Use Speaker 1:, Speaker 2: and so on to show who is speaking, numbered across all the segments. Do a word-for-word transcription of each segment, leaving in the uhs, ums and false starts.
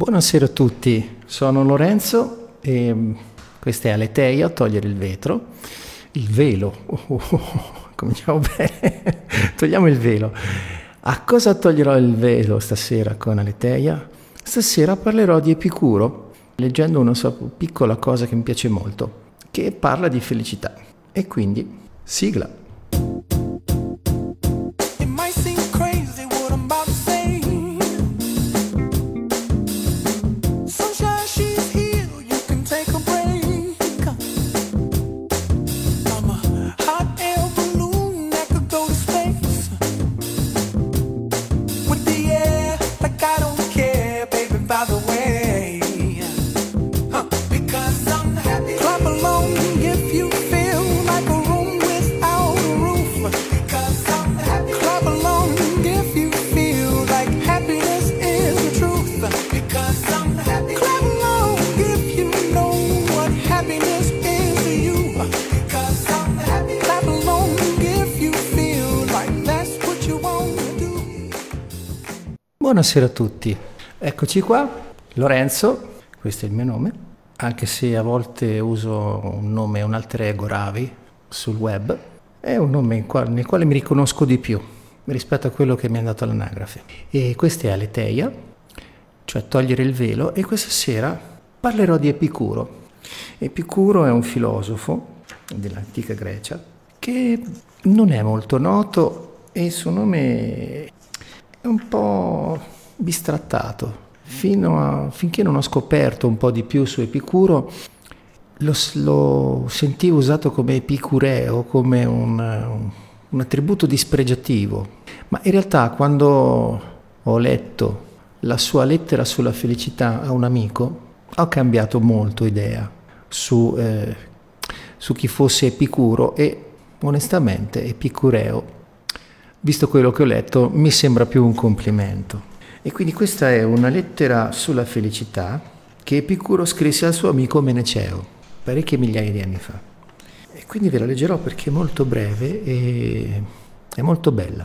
Speaker 1: Buonasera a tutti, sono Lorenzo e questa è Aletheia, togliere il vetro, il velo, oh, oh, oh, cominciamo bene, togliamo il velo. A cosa toglierò il velo stasera con Aletheia? Stasera parlerò di Epicuro, leggendo una sua piccola cosa che mi piace molto, che parla di felicità. E quindi, sigla. Buonasera a tutti, eccoci qua, Lorenzo, questo è il mio nome, anche se a volte uso un nome, un alter ego Ravi sul web, è un nome in qual- nel quale mi riconosco di più rispetto a quello che mi è dato all'anagrafe. E questa è Aletheia, cioè togliere il velo, e questa sera parlerò di Epicuro. Epicuro è un filosofo dell'antica Grecia che non è molto noto e il suo nome è un po' bistrattato. Fino a, finché non ho scoperto un po' di più su Epicuro, lo, lo sentivo usato come epicureo, come un, un attributo dispregiativo. Ma in realtà quando ho letto la sua lettera sulla felicità a un amico, ho cambiato molto idea su, eh, su chi fosse Epicuro e onestamente epicureo, visto quello che ho letto, mi sembra più un complimento. E quindi questa è una lettera sulla felicità che Epicuro scrisse al suo amico Meneceo, parecchie migliaia di anni fa. E quindi ve la leggerò perché è molto breve e è molto bella.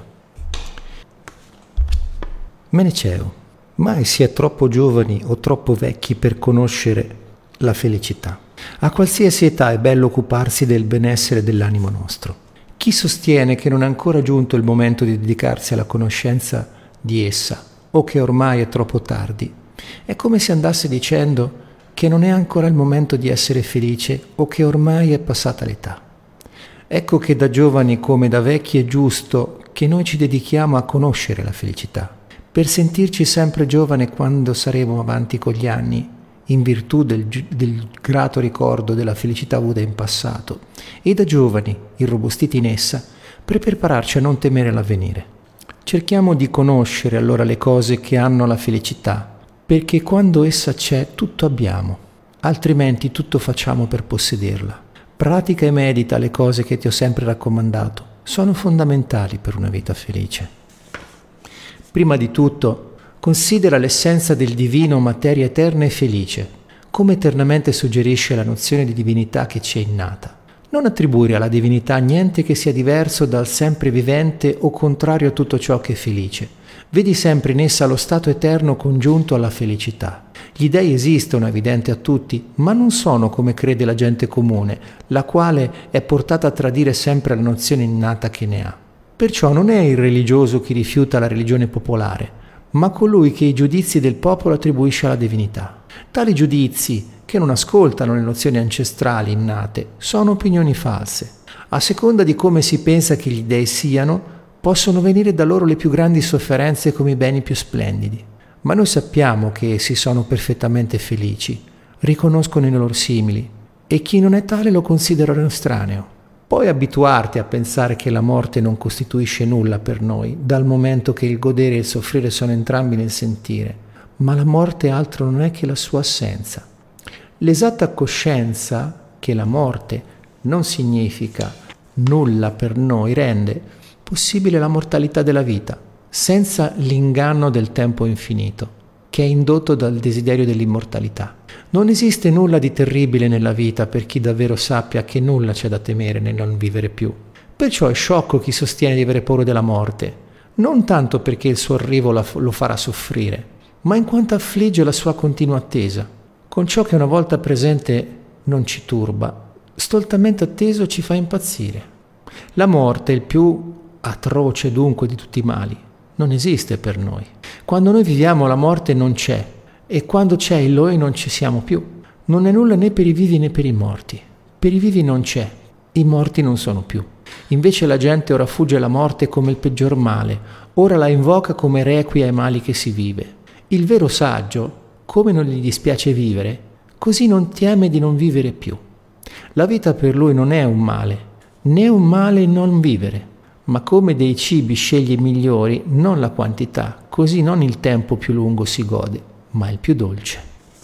Speaker 1: Meneceo, mai si è troppo giovani o troppo vecchi per conoscere la felicità. A qualsiasi età è bello occuparsi del benessere dell'animo nostro. Chi sostiene che non è ancora giunto il momento di dedicarsi alla conoscenza di essa o che ormai è troppo tardi, è come se andasse dicendo che non è ancora il momento di essere felice o che ormai è passata l'età. Ecco che da giovani come da vecchi è giusto che noi ci dedichiamo a conoscere la felicità, per sentirci sempre giovane quando saremo avanti con gli anni, in virtù del, del grato ricordo della felicità avuta in passato, e da giovani, irrobustiti in essa, per prepararci a non temere l'avvenire. Cerchiamo di conoscere allora le cose che hanno la felicità, perché quando essa c'è tutto abbiamo, altrimenti tutto facciamo per possederla. Pratica e medita le cose che ti ho sempre raccomandato, sono fondamentali per una vita felice. Prima di tutto, considera l'essenza del divino materia eterna e felice, come eternamente suggerisce la nozione di divinità che ci è innata. Non attribuire alla divinità niente che sia diverso dal sempre vivente o contrario a tutto ciò che è felice. Vedi sempre in essa lo stato eterno congiunto alla felicità. Gli dei esistono, è evidente a tutti, ma non sono come crede la gente comune, la quale è portata a tradire sempre la nozione innata che ne ha. Perciò non è il religioso chi rifiuta la religione popolare, ma colui che i giudizi del popolo attribuisce alla divinità. Tali giudizi, che non ascoltano le nozioni ancestrali innate, sono opinioni false. A seconda di come si pensa che gli dei siano, possono venire da loro le più grandi sofferenze come i beni più splendidi. Ma noi sappiamo che essi sono perfettamente felici, riconoscono i loro simili, e chi non è tale lo considera un estraneo. Puoi abituarti a pensare che la morte non costituisce nulla per noi, dal momento che il godere e il soffrire sono entrambi nel sentire, ma la morte altro non è che la sua assenza. L'esatta coscienza che la morte non significa nulla per noi rende possibile la mortalità della vita, senza l'inganno del tempo infinito, che è indotto dal desiderio dell'immortalità. Non esiste nulla di terribile nella vita per chi davvero sappia che nulla c'è da temere nel non vivere più. Perciò è sciocco chi sostiene di avere paura della morte, non tanto perché il suo arrivo lo farà soffrire, ma in quanto affligge la sua continua attesa. Con ciò che una volta presente non ci turba, stoltamente atteso ci fa impazzire. La morte, il più atroce dunque di tutti i mali, non esiste per noi. Quando noi viviamo la morte non c'è, e quando c'è il noi non ci siamo più. Non è nulla né per i vivi né per i morti. Per i vivi non c'è, i morti non sono più. Invece la gente ora fugge la morte come il peggior male, ora la invoca come requie ai mali che si vive. Il vero saggio, come non gli dispiace vivere, così non teme di non vivere più. La vita per lui non è un male, né un male non vivere, ma come dei cibi sceglie i migliori, non la quantità, così non il tempo più lungo si gode, ma il più dolce.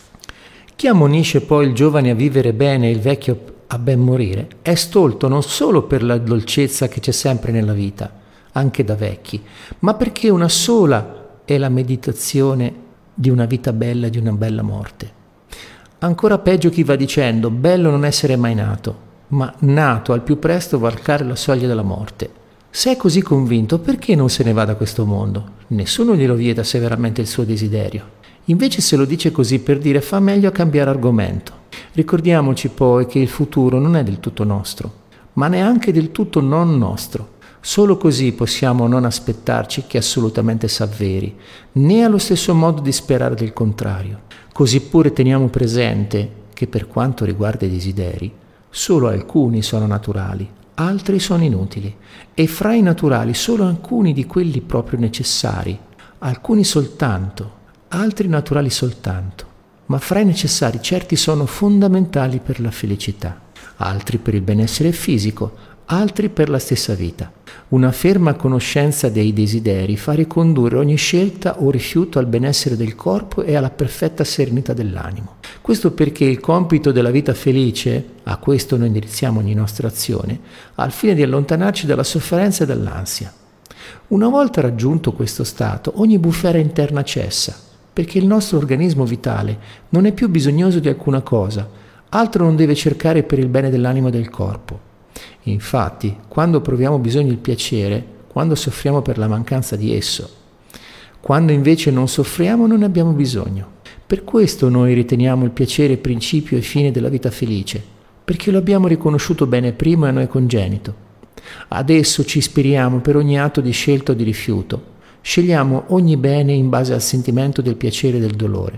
Speaker 1: Chi ammonisce poi il giovane a vivere bene e il vecchio a ben morire è stolto non solo per la dolcezza che c'è sempre nella vita, anche da vecchi, ma perché una sola è la meditazione di una vita bella e di una bella morte. Ancora peggio chi va dicendo bello non essere mai nato, ma nato al più presto varcare la soglia della morte. Se è così convinto, perché non se ne va da questo mondo? Nessuno glielo vieta se è veramente il suo desiderio. Invece se lo dice così per dire fa meglio a cambiare argomento. Ricordiamoci poi che il futuro non è del tutto nostro, ma neanche del tutto non nostro. Solo così possiamo non aspettarci che assolutamente s'avveri, né allo stesso modo di sperare del contrario. Così pure teniamo presente che per quanto riguarda i desideri, solo alcuni sono naturali, altri sono inutili, e fra i naturali solo alcuni di quelli proprio necessari, alcuni soltanto, altri naturali soltanto, ma fra i necessari certi sono fondamentali per la felicità, altri per il benessere fisico, altri per la stessa vita. Una ferma conoscenza dei desideri fa ricondurre ogni scelta o rifiuto al benessere del corpo e alla perfetta serenità dell'animo. Questo perché il compito della vita felice, a questo noi indirizziamo ogni nostra azione, al fine di allontanarci dalla sofferenza e dall'ansia. Una volta raggiunto questo stato, ogni bufera interna cessa, perché il nostro organismo vitale non è più bisognoso di alcuna cosa, altro non deve cercare per il bene dell'animo e del corpo. Infatti, quando proviamo bisogno del piacere, quando soffriamo per la mancanza di esso, quando invece non soffriamo non ne abbiamo bisogno. Per questo noi riteniamo il piacere principio e fine della vita felice, perché lo abbiamo riconosciuto bene prima a noi congenito. Adesso ci ispiriamo per ogni atto di scelta o di rifiuto. Scegliamo ogni bene in base al sentimento del piacere e del dolore.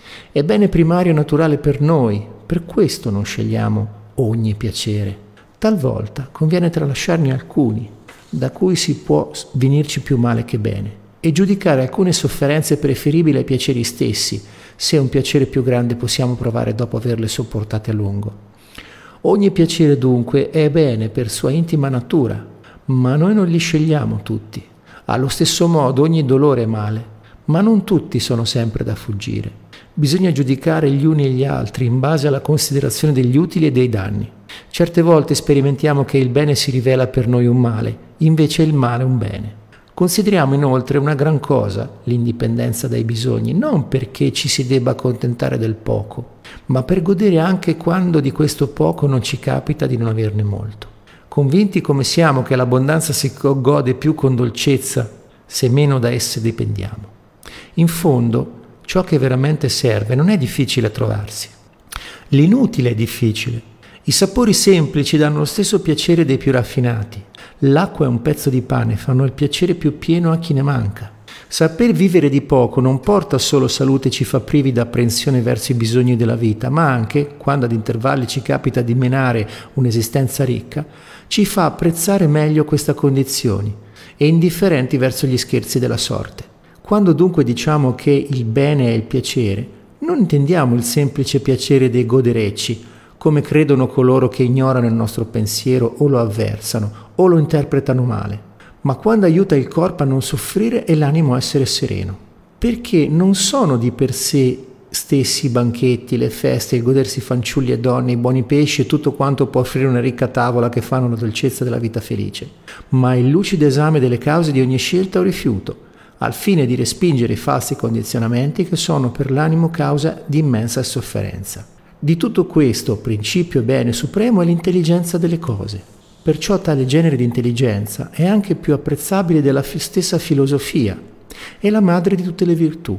Speaker 1: È bene primario e naturale per noi, per questo non scegliamo ogni piacere. Talvolta conviene tralasciarne alcuni, da cui si può venirci più male che bene, e giudicare alcune sofferenze preferibili ai piaceri stessi, se un piacere più grande possiamo provare dopo averle sopportate a lungo. Ogni piacere dunque è bene per sua intima natura, ma noi non li scegliamo tutti. Allo stesso modo ogni dolore è male, ma non tutti sono sempre da fuggire. Bisogna giudicare gli uni e gli altri in base alla considerazione degli utili e dei danni. Certe volte sperimentiamo che il bene si rivela per noi un male, invece il male un bene. Consideriamo inoltre una gran cosa l'indipendenza dai bisogni, non perché ci si debba accontentare del poco, ma per godere anche quando di questo poco non ci capita di non averne molto. Convinti come siamo che l'abbondanza si gode più con dolcezza se meno da esse dipendiamo. In fondo, ciò che veramente serve non è difficile a trovarsi. L'inutile è difficile. I sapori semplici danno lo stesso piacere dei più raffinati. L'acqua e un pezzo di pane fanno il piacere più pieno a chi ne manca. Saper vivere di poco non porta solo salute e ci fa privi d'apprensione verso i bisogni della vita, ma anche, quando ad intervalli ci capita di menare un'esistenza ricca, ci fa apprezzare meglio questa condizione e indifferenti verso gli scherzi della sorte. Quando dunque diciamo che il bene è il piacere, non intendiamo il semplice piacere dei goderecci, come credono coloro che ignorano il nostro pensiero o lo avversano o lo interpretano male, ma quando aiuta il corpo a non soffrire e l'animo a essere sereno. Perché non sono di per sé stessi i banchetti, le feste, il godersi fanciulli e donne, i buoni pesci e tutto quanto può offrire una ricca tavola che fanno la dolcezza della vita felice, ma il lucido esame delle cause di ogni scelta o rifiuto, al fine di respingere i falsi condizionamenti che sono per l'animo causa di immensa sofferenza. Di tutto questo, principio e bene supremo è l'intelligenza delle cose. Perciò tale genere di intelligenza è anche più apprezzabile della stessa filosofia, è la madre di tutte le virtù,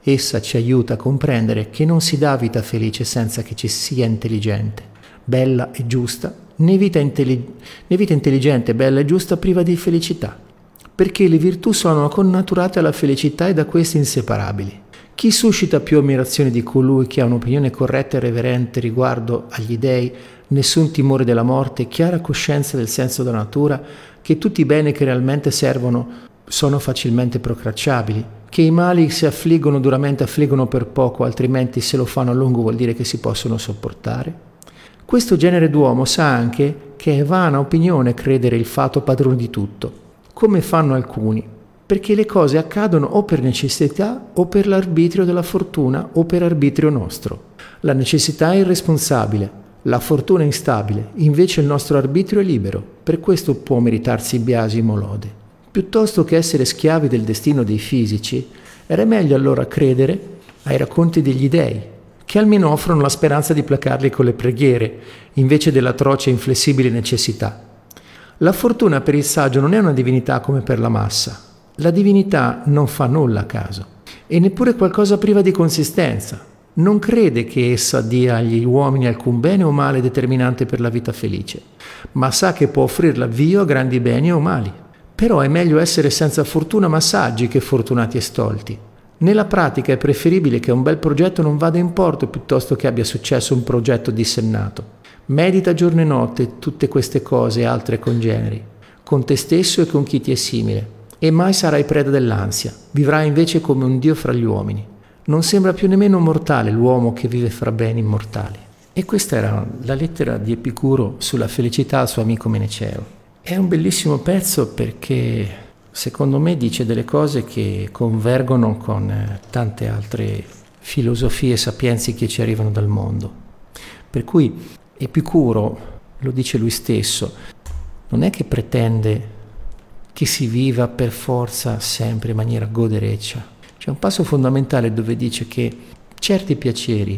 Speaker 1: Essa ci aiuta a comprendere che non si dà vita felice senza che ci sia intelligente, bella e giusta, né vita, intellig- né vita intelligente, bella e giusta priva di felicità, perché le virtù sono connaturate alla felicità e da queste inseparabili. Chi suscita più ammirazione di colui che ha un'opinione corretta e reverente riguardo agli dèi, nessun timore della morte, chiara coscienza del senso della natura, che tutti i beni che realmente servono sono facilmente procracciabili, che i mali se affliggono duramente affliggono per poco, altrimenti se lo fanno a lungo vuol dire che si possono sopportare? Questo genere d'uomo sa anche che è vana opinione credere il fato padrone di tutto, come fanno alcuni, perché le cose accadono o per necessità o per l'arbitrio della fortuna o per arbitrio nostro. La necessità è irresponsabile, la fortuna è instabile, invece il nostro arbitrio è libero, per questo può meritarsi biasimo lode. Piuttosto che essere schiavi del destino dei fisici, era meglio allora credere ai racconti degli dèi, che almeno offrono la speranza di placarli con le preghiere, invece dell'atroce e inflessibile necessità. La fortuna per il saggio non è una divinità come per la massa. La divinità non fa nulla a caso, e neppure qualcosa priva di consistenza. Non crede che essa dia agli uomini alcun bene o male determinante per la vita felice, ma sa che può offrir l'avvio a grandi beni o mali. Però è meglio essere senza fortuna ma saggi che fortunati e stolti. Nella pratica è preferibile che un bel progetto non vada in porto piuttosto che abbia successo un progetto dissennato. Medita giorno e notte tutte queste cose e altre congeneri, con te stesso e con chi ti è simile, e mai sarai preda dell'ansia, vivrai invece come un Dio fra gli uomini. Non sembra più nemmeno mortale l'uomo che vive fra beni immortali. E questa era la lettera di Epicuro sulla felicità al suo amico Meneceo. È un bellissimo pezzo perché secondo me dice delle cose che convergono con tante altre filosofie e sapienze che ci arrivano dal mondo. Per cui Epicuro, lo dice lui stesso, non è che pretende che si viva per forza sempre in maniera godereccia. C'è un passo fondamentale dove dice che certi piaceri,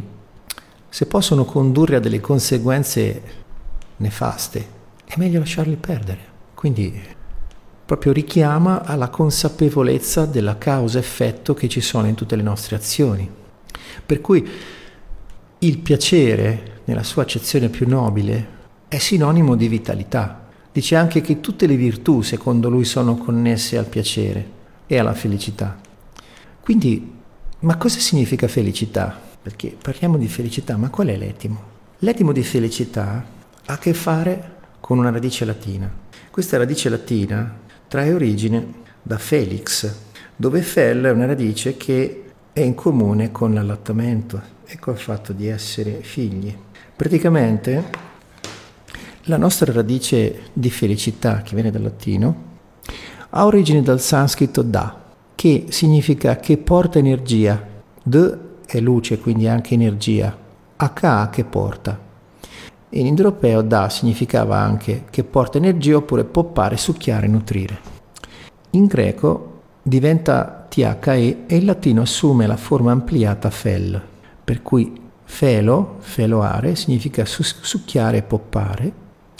Speaker 1: se possono condurre a delle conseguenze nefaste, è meglio lasciarli perdere. Quindi proprio richiama alla consapevolezza della causa-effetto che ci sono in tutte le nostre azioni. Per cui il piacere, nella sua accezione più nobile, è sinonimo di vitalità. Dice anche che tutte le virtù, secondo lui, sono connesse al piacere e alla felicità. Quindi, ma cosa significa felicità? Perché parliamo di felicità, ma qual è l'etimo? L'etimo di felicità ha a che fare con una radice latina. Questa radice latina trae origine da felix, dove fel è una radice che è in comune con l'allattamento e col fatto di essere figli. Praticamente la nostra radice di felicità, che viene dal latino, ha origine dal sanscrito da, che significa che porta energia. D è luce, quindi anche energia. H che porta. In indoeuropeo da significava anche che porta energia oppure poppare, succhiare, nutrire. In greco diventa the e in latino assume la forma ampliata fel, per cui felo, feloare, significa succhiare e poppare,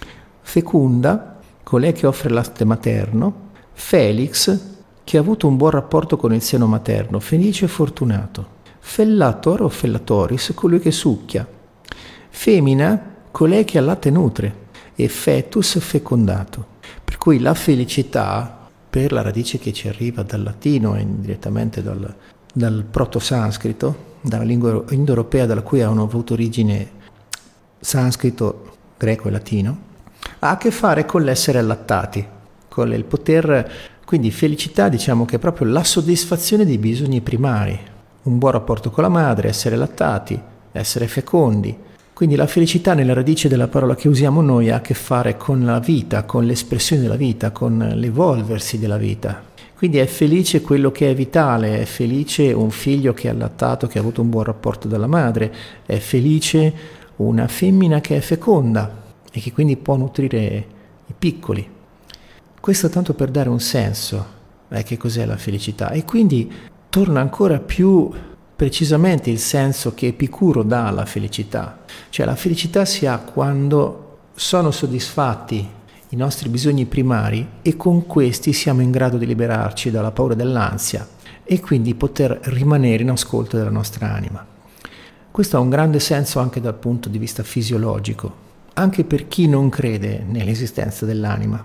Speaker 1: fecunda, colei che offre latte materno, felix, che ha avuto un buon rapporto con il seno materno, felice e fortunato, fellator o fellatoris, colui che succhia, femmina, colei che al latte nutre, e fetus fecondato. Per cui la felicità, per la radice che ci arriva dal latino e direttamente dal, dal proto-sanscrito, dalla lingua indoeuropea dalla cui hanno avuto origine sanscrito, greco e latino, ha a che fare con l'essere allattati, con il poter. Quindi felicità, diciamo che è proprio la soddisfazione dei bisogni primari, un buon rapporto con la madre, essere allattati, essere fecondi. Quindi la felicità nella radice della parola che usiamo noi ha a che fare con la vita, con l'espressione della vita, con l'evolversi della vita. Quindi è felice quello che è vitale, è felice un figlio che è allattato, che ha avuto un buon rapporto dalla madre, è felice una femmina che è feconda e che quindi può nutrire i piccoli. Questo tanto per dare un senso a che cos'è la felicità. E quindi torna ancora più precisamente il senso che Epicuro dà alla felicità. Cioè la felicità si ha quando sono soddisfatti i nostri bisogni primari e con questi siamo in grado di liberarci dalla paura e dall'ansia. e quindi poter rimanere in ascolto della nostra anima. Questo ha un grande senso anche dal punto di vista fisiologico, anche per chi non crede nell'esistenza dell'anima.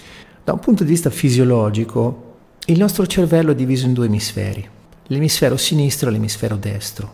Speaker 1: Da un punto di vista fisiologico, il nostro cervello è diviso in due emisferi, l'emisfero sinistro e l'emisfero destro.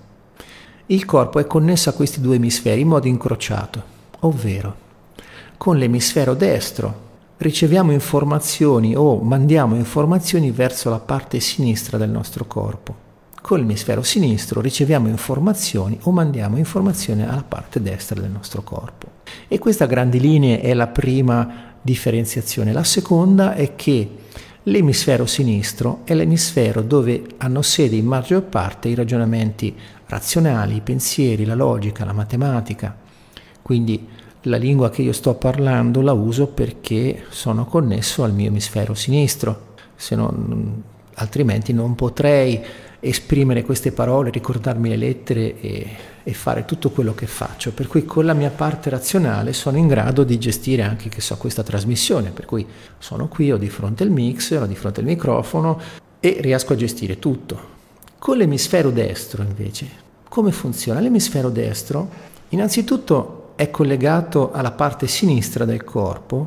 Speaker 1: Il corpo è connesso a questi due emisferi in modo incrociato, ovvero con l'emisfero destro riceviamo informazioni o mandiamo informazioni verso la parte sinistra del nostro corpo. Con l'emisfero sinistro riceviamo informazioni o mandiamo informazioni alla parte destra del nostro corpo. E questa a grandi linee è la prima differenziazione. La seconda è che l'emisfero sinistro è l'emisfero dove hanno sede in maggior parte i ragionamenti razionali, i pensieri, la logica, la matematica. Quindi la lingua che io sto parlando la uso perché sono connesso al mio emisfero sinistro, se non, altrimenti non potrei esprimere queste parole, ricordarmi le lettere e, e fare tutto quello che faccio. Per cui con la mia parte razionale sono in grado di gestire anche, che so, questa trasmissione, per cui sono qui, ho di fronte il mixer, ho di fronte il microfono e riesco a gestire tutto. Con l'emisfero destro invece, come funziona? L'emisfero destro innanzitutto è collegato alla parte sinistra del corpo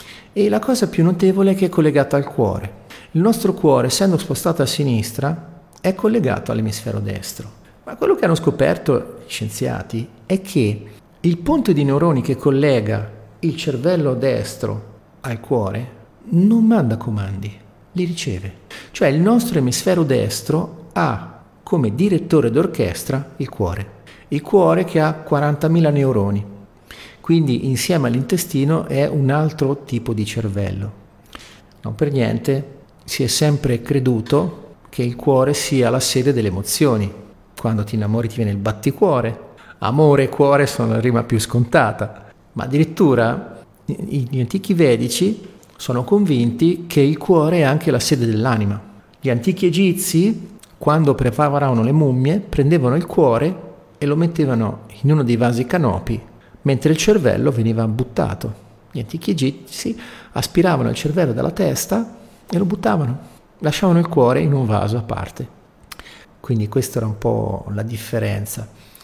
Speaker 1: e la cosa più notevole è che è collegato al cuore. Il nostro cuore, essendo spostato a sinistra, è collegato all'emisfero destro. Ma quello che hanno scoperto gli scienziati è che il ponte di neuroni che collega il cervello destro al cuore non manda comandi, li riceve. Cioè il nostro emisfero destro ha come direttore d'orchestra il cuore. Il cuore che ha quarantamila neuroni, quindi insieme all'intestino è un altro tipo di cervello. Non per niente si è sempre creduto che il cuore sia la sede delle emozioni. Quando ti innamori ti viene il batticuore, amore e cuore sono la rima più scontata, ma addirittura gli antichi vedici sono convinti che il cuore è anche la sede dell'anima. Gli antichi egizi, quando preparavano le mummie, prendevano il cuore e lo mettevano in uno dei vasi canopi, mentre il cervello veniva buttato. Gli antichi egizi aspiravano il cervello dalla testa e lo buttavano, lasciavano il cuore in un vaso a parte. Quindi questa era un po' la differenza.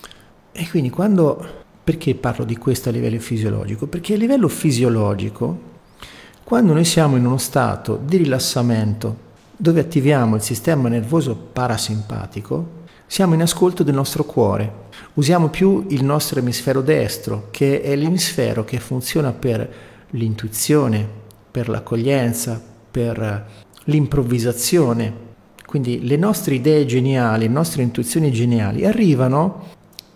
Speaker 1: E quindi quando, perché parlo di questo a livello fisiologico? Perché a livello fisiologico, quando noi siamo in uno stato di rilassamento, dove attiviamo il sistema nervoso parasimpatico, siamo in ascolto del nostro cuore, usiamo più il nostro emisfero destro, che è l'emisfero che funziona per l'intuizione, per l'accoglienza, per l'improvvisazione. Quindi le nostre idee geniali, le nostre intuizioni geniali arrivano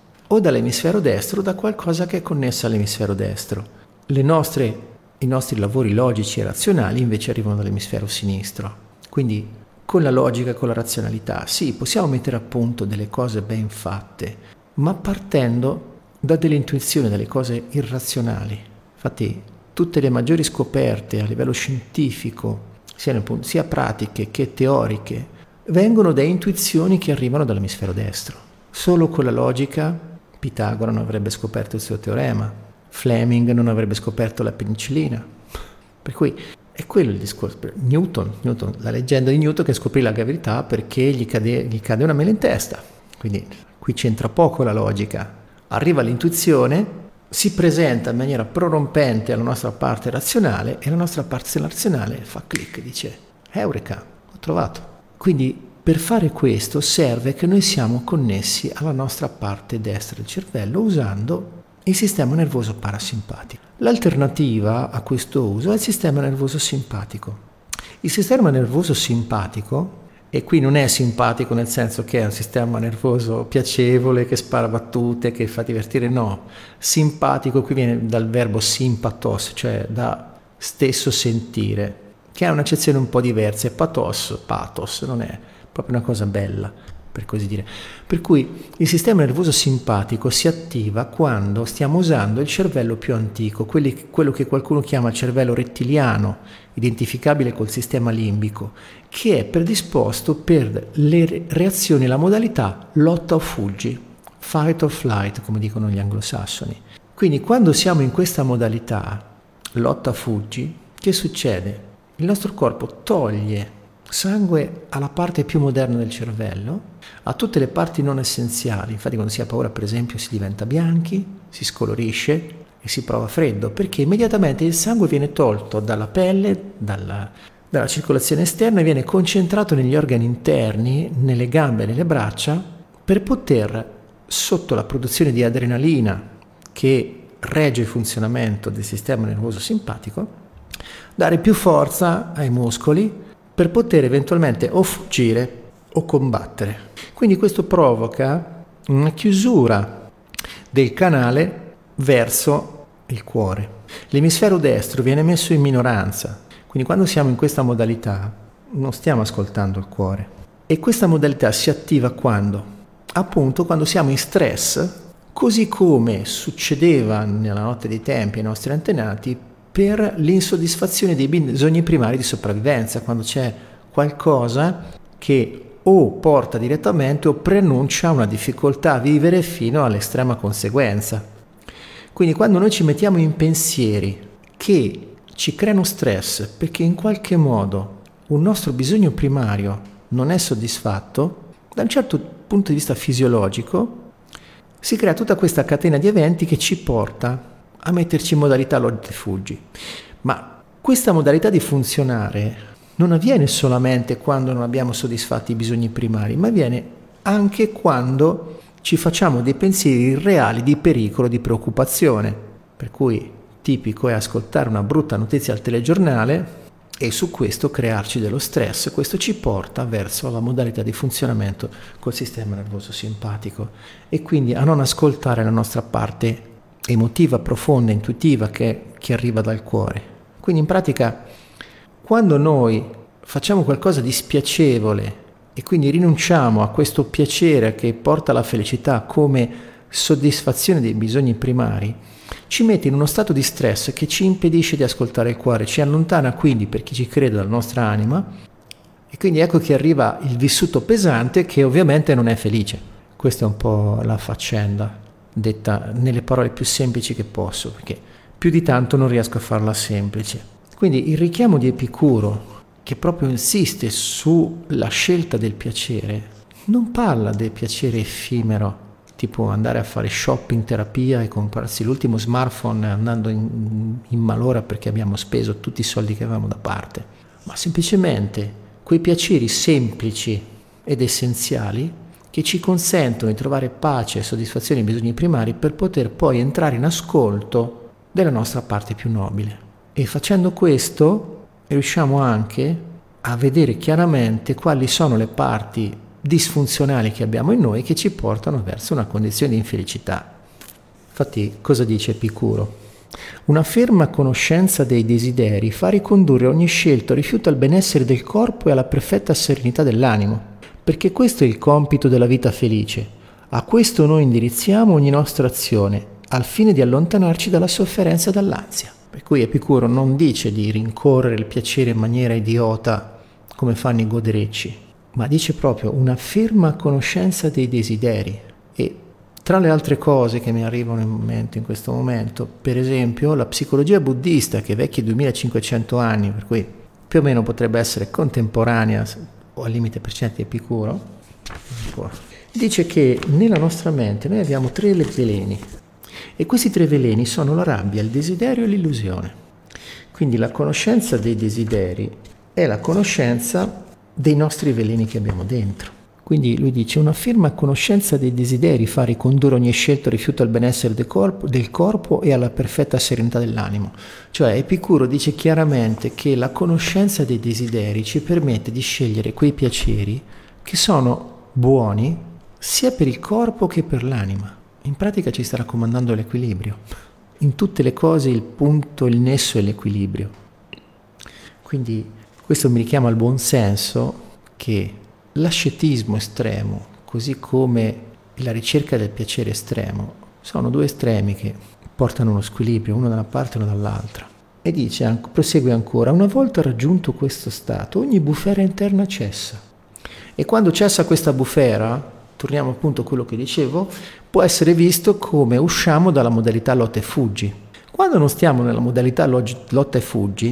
Speaker 1: o dall'emisfero destro o da qualcosa che è connesso all'emisfero destro. Le nostre, i nostri lavori logici e razionali invece arrivano dall'emisfero sinistro. Quindi con la logica e con la razionalità, sì, possiamo mettere a punto delle cose ben fatte, ma partendo da delle intuizioni, dalle cose irrazionali. Infatti, tutte le maggiori scoperte a livello scientifico, sia, sia pratiche che teoriche, vengono da intuizioni che arrivano dall'emisfero destro. Solo con la logica, Pitagora non avrebbe scoperto il suo teorema, Fleming non avrebbe scoperto la penicillina. Per cui è quello il discorso. Newton, Newton, la leggenda di Newton che scoprì la gravità perché gli cade, gli cade una mela in testa. Quindi qui c'entra poco la logica. Arriva l'intuizione, si presenta in maniera prorompente alla nostra parte razionale e la nostra parte razionale fa clic e dice Eureka, ho trovato. Quindi per fare questo serve che noi siamo connessi alla nostra parte destra del cervello usando il sistema nervoso parasimpatico. L'alternativa a questo uso è il sistema nervoso simpatico. Il sistema nervoso simpatico, e qui non è simpatico nel senso che è un sistema nervoso piacevole, che spara battute, che fa divertire, no. Simpatico qui viene dal verbo sympathos, cioè da stesso sentire, che ha un'accezione un po' diversa, è pathos, pathos, non è proprio una cosa bella, per così dire. Per cui il sistema nervoso simpatico si attiva quando stiamo usando il cervello più antico, quelli, quello che qualcuno chiama cervello rettiliano, identificabile col sistema limbico, che è predisposto per le reazioni, la modalità lotta o fuggi, fight or flight, come dicono gli anglosassoni. Quindi quando siamo in questa modalità lotta o fuggi, che succede? Il nostro corpo toglie sangue alla parte più moderna del cervello, a tutte le parti non essenziali. Infatti quando si ha paura, per esempio, si diventa bianchi, si scolorisce e si prova freddo, perché immediatamente il sangue viene tolto dalla pelle, dalla, dalla circolazione esterna e viene concentrato negli organi interni, nelle gambe e nelle braccia, per poter, sotto la produzione di adrenalina che regge il funzionamento del sistema nervoso simpatico, dare più forza ai muscoli per poter eventualmente o fuggire o combattere. Quindi questo provoca una chiusura del canale verso il cuore. L'emisfero destro viene messo in minoranza, quindi quando siamo in questa modalità non stiamo ascoltando il cuore. E questa modalità si attiva quando? Appunto quando siamo in stress, così come succedeva nella notte dei tempi ai nostri antenati per l'insoddisfazione dei bisogni primari di sopravvivenza, quando c'è qualcosa che o porta direttamente o preannuncia una difficoltà a vivere fino all'estrema conseguenza. Quindi quando noi ci mettiamo in pensieri che ci creano stress perché in qualche modo un nostro bisogno primario non è soddisfatto, da un certo punto di vista fisiologico, si crea tutta questa catena di eventi che ci porta a metterci in modalità lotta e fuggi. Ma questa modalità di funzionare non avviene solamente quando non abbiamo soddisfatti i bisogni primari, ma avviene anche quando ci facciamo dei pensieri irreali di pericolo, di preoccupazione. Per cui tipico è ascoltare una brutta notizia al telegiornale e su questo crearci dello stress. Questo ci porta verso la modalità di funzionamento col sistema nervoso simpatico e quindi a non ascoltare la nostra parte emotiva, profonda, intuitiva che, che arriva dal cuore. Quindi in pratica quando noi facciamo qualcosa di spiacevole e quindi rinunciamo a questo piacere che porta alla felicità come soddisfazione dei bisogni primari, ci mette in uno stato di stress che ci impedisce di ascoltare il cuore, ci allontana quindi, per chi ci crede, dalla nostra anima, e quindi ecco che arriva il vissuto pesante che ovviamente non è felice. Questa è un po' la faccenda, detta nelle parole più semplici che posso, perché più di tanto non riesco a farla semplice. Quindi il richiamo di Epicuro, che proprio insiste sulla scelta del piacere, non parla del piacere effimero, tipo andare a fare shopping, terapia e comprarsi l'ultimo smartphone andando in, in malora perché abbiamo speso tutti i soldi che avevamo da parte, ma semplicemente quei piaceri semplici ed essenziali che ci consentono di trovare pace e soddisfazione ai bisogni primari per poter poi entrare in ascolto della nostra parte più nobile. E facendo questo riusciamo anche a vedere chiaramente quali sono le parti disfunzionali che abbiamo in noi che ci portano verso una condizione di infelicità. Infatti, cosa dice Epicuro? Una ferma conoscenza dei desideri fa ricondurre ogni scelta o rifiuto al benessere del corpo e alla perfetta serenità dell'animo, perché questo è il compito della vita felice. A questo noi indirizziamo ogni nostra azione, al fine di allontanarci dalla sofferenza e dall'ansia. Per cui Epicuro non dice di rincorrere il piacere in maniera idiota come fanno i goderecci, ma dice proprio una ferma conoscenza dei desideri. E tra le altre cose che mi arrivano in mente in questo momento, per esempio la psicologia buddista, che è vecchia duemilacinquecento anni, per cui più o meno potrebbe essere contemporanea o al limite per certi Epicuro, dice che nella nostra mente noi abbiamo tre veleni. E questi tre veleni sono la rabbia, il desiderio e l'illusione. Quindi la conoscenza dei desideri è la conoscenza dei nostri veleni che abbiamo dentro. Quindi lui dice una ferma conoscenza dei desideri fa ricondurre ogni scelta o rifiuto al benessere del corpo, del corpo e alla perfetta serenità dell'animo. Cioè Epicuro dice chiaramente che la conoscenza dei desideri ci permette di scegliere quei piaceri che sono buoni sia per il corpo che per l'anima. In pratica ci sta raccomandando l'equilibrio. In tutte le cose il punto, il nesso è l'equilibrio. Quindi questo mi richiama al buon senso che l'ascetismo estremo, così come la ricerca del piacere estremo, sono due estremi che portano uno squilibrio, uno da una parte e uno dall'altra. E dice, prosegue ancora, una volta raggiunto questo stato, ogni bufera interna cessa. E quando cessa questa bufera, torniamo appunto a quello che dicevo, può essere visto come usciamo dalla modalità lotta e fuggi. Quando non stiamo nella modalità lotta e fuggi,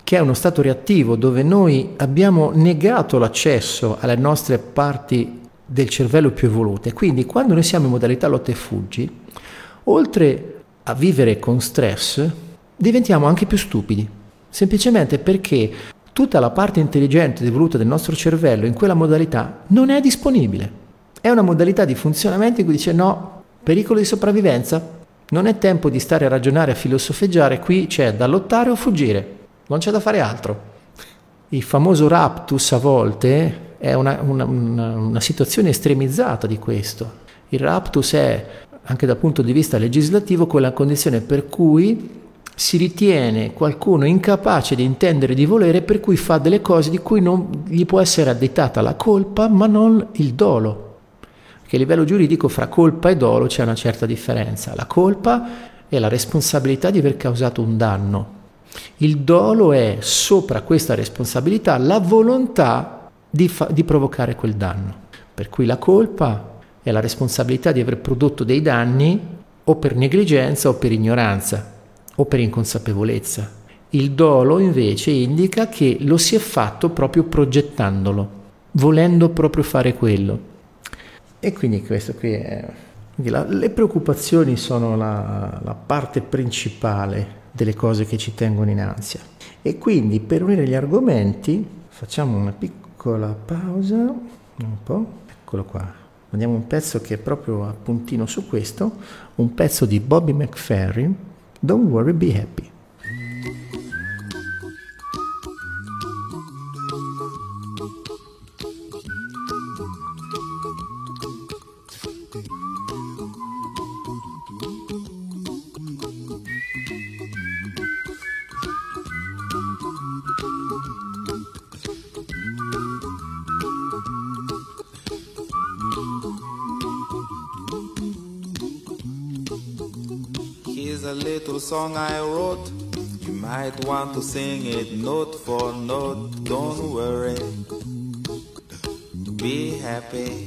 Speaker 1: che è uno stato reattivo dove noi abbiamo negato l'accesso alle nostre parti del cervello più evolute. Quindi quando noi siamo in modalità lotta e fuggi, oltre a vivere con stress, diventiamo anche più stupidi, semplicemente perché tutta la parte intelligente ed evoluta del nostro cervello in quella modalità non è disponibile. È una modalità di funzionamento in cui dice no, pericolo di sopravvivenza, non è tempo di stare a ragionare, a filosofeggiare, qui c'è da lottare o fuggire, non c'è da fare altro. Il famoso raptus a volte è una, una, una, una situazione estremizzata di questo. Il raptus è, anche dal punto di vista legislativo, quella condizione per cui si ritiene qualcuno incapace di intendere, di volere, per cui fa delle cose di cui non gli può essere additata la colpa, ma non il dolo. Perché a livello giuridico fra colpa e dolo c'è una certa differenza. La colpa è la responsabilità di aver causato un danno. Il dolo è, sopra questa responsabilità, la volontà di, fa- di provocare quel danno. Per cui la colpa è la responsabilità di aver prodotto dei danni o per negligenza o per ignoranza o per inconsapevolezza. Il dolo invece indica che lo si è fatto proprio progettandolo, volendo proprio fare quello. E quindi questo qui è... Quindi la, le preoccupazioni sono la, la parte principale delle cose che ci tengono in ansia. E quindi per unire gli argomenti facciamo una piccola pausa, un po', eccolo qua. Andiamo un pezzo che è proprio a puntino su questo, un pezzo di Bobby McFerrin, Don't Worry, Be Happy.
Speaker 2: A little song I wrote, you might want to sing it note for note. Don't worry, be happy.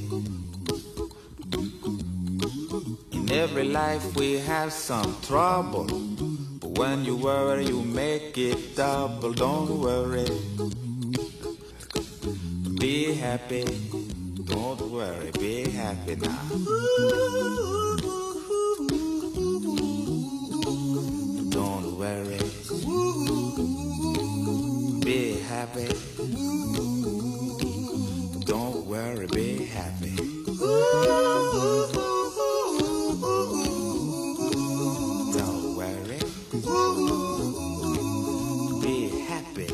Speaker 2: In every life we have some trouble, but when you worry you make it double. Don't worry, be happy. Don't worry, be happy now. Don't worry, be happy. Don't worry, be happy. Don't worry, be happy.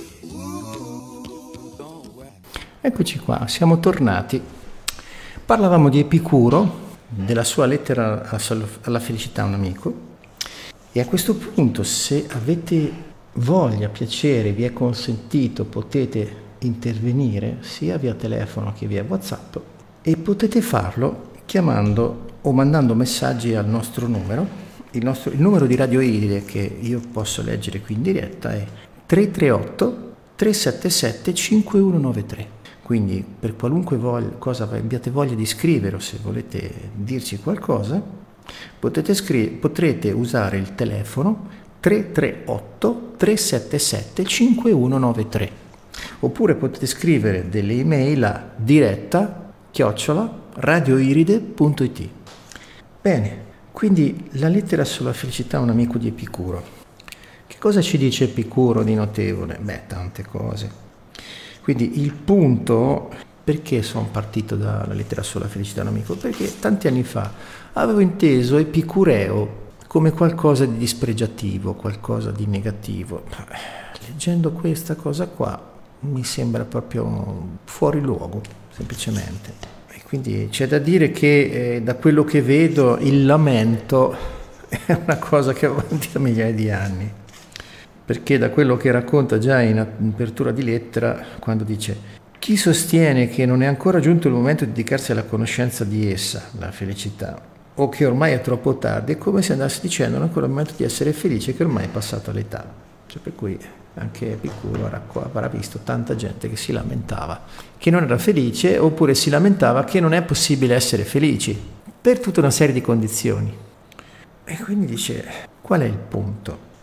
Speaker 2: Don't worry.
Speaker 1: Eccoci qua, siamo tornati. Parlavamo di Epicuro, della sua lettera alla felicità a un amico. E a questo punto, se avete voglia, piacere, vi è consentito, potete intervenire sia via telefono che via WhatsApp e potete farlo chiamando o mandando messaggi al nostro numero. Il, nostro, il numero di Radio Iride che io posso leggere qui in diretta è tre tre otto tre sette sette cinque uno nove tre. Quindi per qualunque voglia, cosa abbiate voglia di scrivere o se volete dirci qualcosa, Potete, scri- potrete usare il telefono tre tre otto tre sette sette cinque uno nove tre oppure potete scrivere delle email a diretta chiocciola radioiride punto it. Bene, quindi la lettera sulla felicità a un amico di Epicuro. Che cosa ci dice Epicuro di notevole? Beh, tante cose. Quindi il punto... Perché sono partito dalla lettera sulla felicità a un amico? Perché tanti anni fa avevo inteso epicureo come qualcosa di dispregiativo, qualcosa di negativo. Leggendo questa cosa qua mi sembra proprio fuori luogo, semplicemente. E quindi c'è da dire che eh, da quello che vedo il lamento è una cosa che va avanti da migliaia di anni. Perché da quello che racconta già in apertura di lettera, quando dice... Chi sostiene che non è ancora giunto il momento di dedicarsi alla conoscenza di essa, la felicità, o che ormai è troppo tardi, è come se andasse dicendo non è ancora il momento di essere felice, che ormai è passata l'età. Cioè, per cui anche Epicuro avrà visto tanta gente che si lamentava che non era felice, oppure si lamentava che non è possibile essere felici, per tutta una serie di condizioni. E quindi dice, qual è il punto?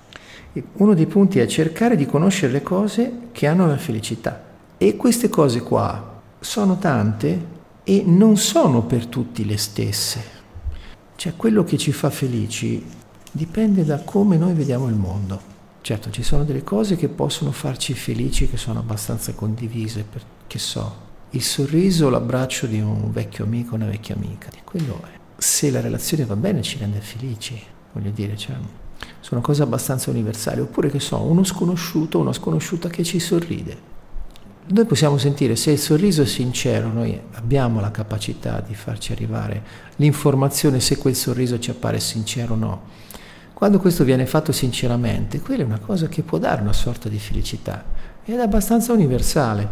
Speaker 1: Uno dei punti è cercare di conoscere le cose che hanno la felicità. E queste cose qua sono tante e non sono per tutti le stesse. Cioè, quello che ci fa felici dipende da come noi vediamo il mondo. Certo, ci sono delle cose che possono farci felici, che sono abbastanza condivise, per, che so, il sorriso, l'abbraccio di un vecchio amico o una vecchia amica. Quello è. Se la relazione va bene ci rende felici, voglio dire, cioè, sono cose abbastanza universali. Oppure, che so, uno sconosciuto, una sconosciuta che ci sorride. Noi possiamo sentire se il sorriso è sincero, noi abbiamo la capacità di farci arrivare l'informazione se quel sorriso ci appare sincero o no. Quando questo viene fatto sinceramente, quella è una cosa che può dare una sorta di felicità ed è abbastanza universale.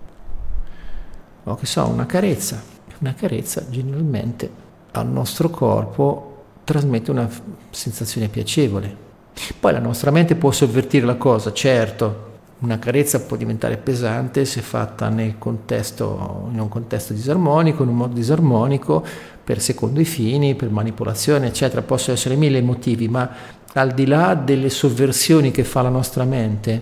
Speaker 1: O che so, una carezza. Una carezza generalmente al nostro corpo trasmette una sensazione piacevole. Poi la nostra mente può sovvertire la cosa, certo. Una carezza può diventare pesante se fatta nel contesto, in un contesto disarmonico, in un modo disarmonico, per secondo fini, per manipolazione, eccetera. Possono essere mille motivi, ma al di là delle sovversioni che fa la nostra mente,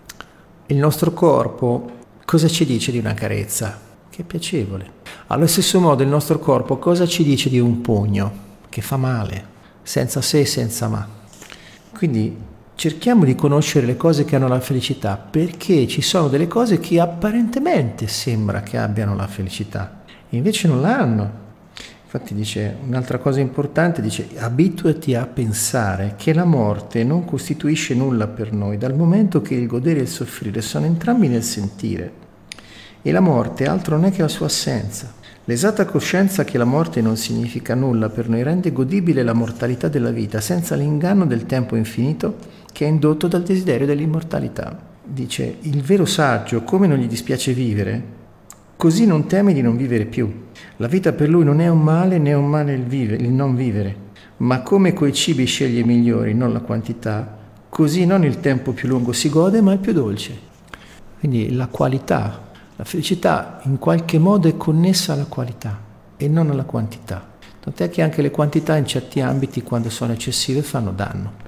Speaker 1: il nostro corpo cosa ci dice di una carezza? Che è piacevole. Allo stesso modo il nostro corpo cosa ci dice di un pugno? Che fa male, senza se e senza ma. Quindi cerchiamo di conoscere le cose che hanno la felicità, perché ci sono delle cose che apparentemente sembra che abbiano la felicità e invece non l'hanno. Infatti dice un'altra cosa importante, dice abituati a pensare che la morte non costituisce nulla per noi, dal momento che il godere e il soffrire sono entrambi nel sentire e la morte altro non è che la sua assenza. L'esatta coscienza che la morte non significa nulla per noi rende godibile la mortalità della vita senza l'inganno del tempo infinito che è indotto dal desiderio dell'immortalità. Dice, il vero saggio, come non gli dispiace vivere, così non teme di non vivere più. La vita per lui non è un male né un male il, vive, il non vivere, ma come coi cibi sceglie i migliori, non la quantità, così non il tempo più lungo si gode, ma il più dolce. Quindi la qualità, la felicità in qualche modo è connessa alla qualità e non alla quantità. Tant'è che anche le quantità in certi ambiti, quando sono eccessive, fanno danno.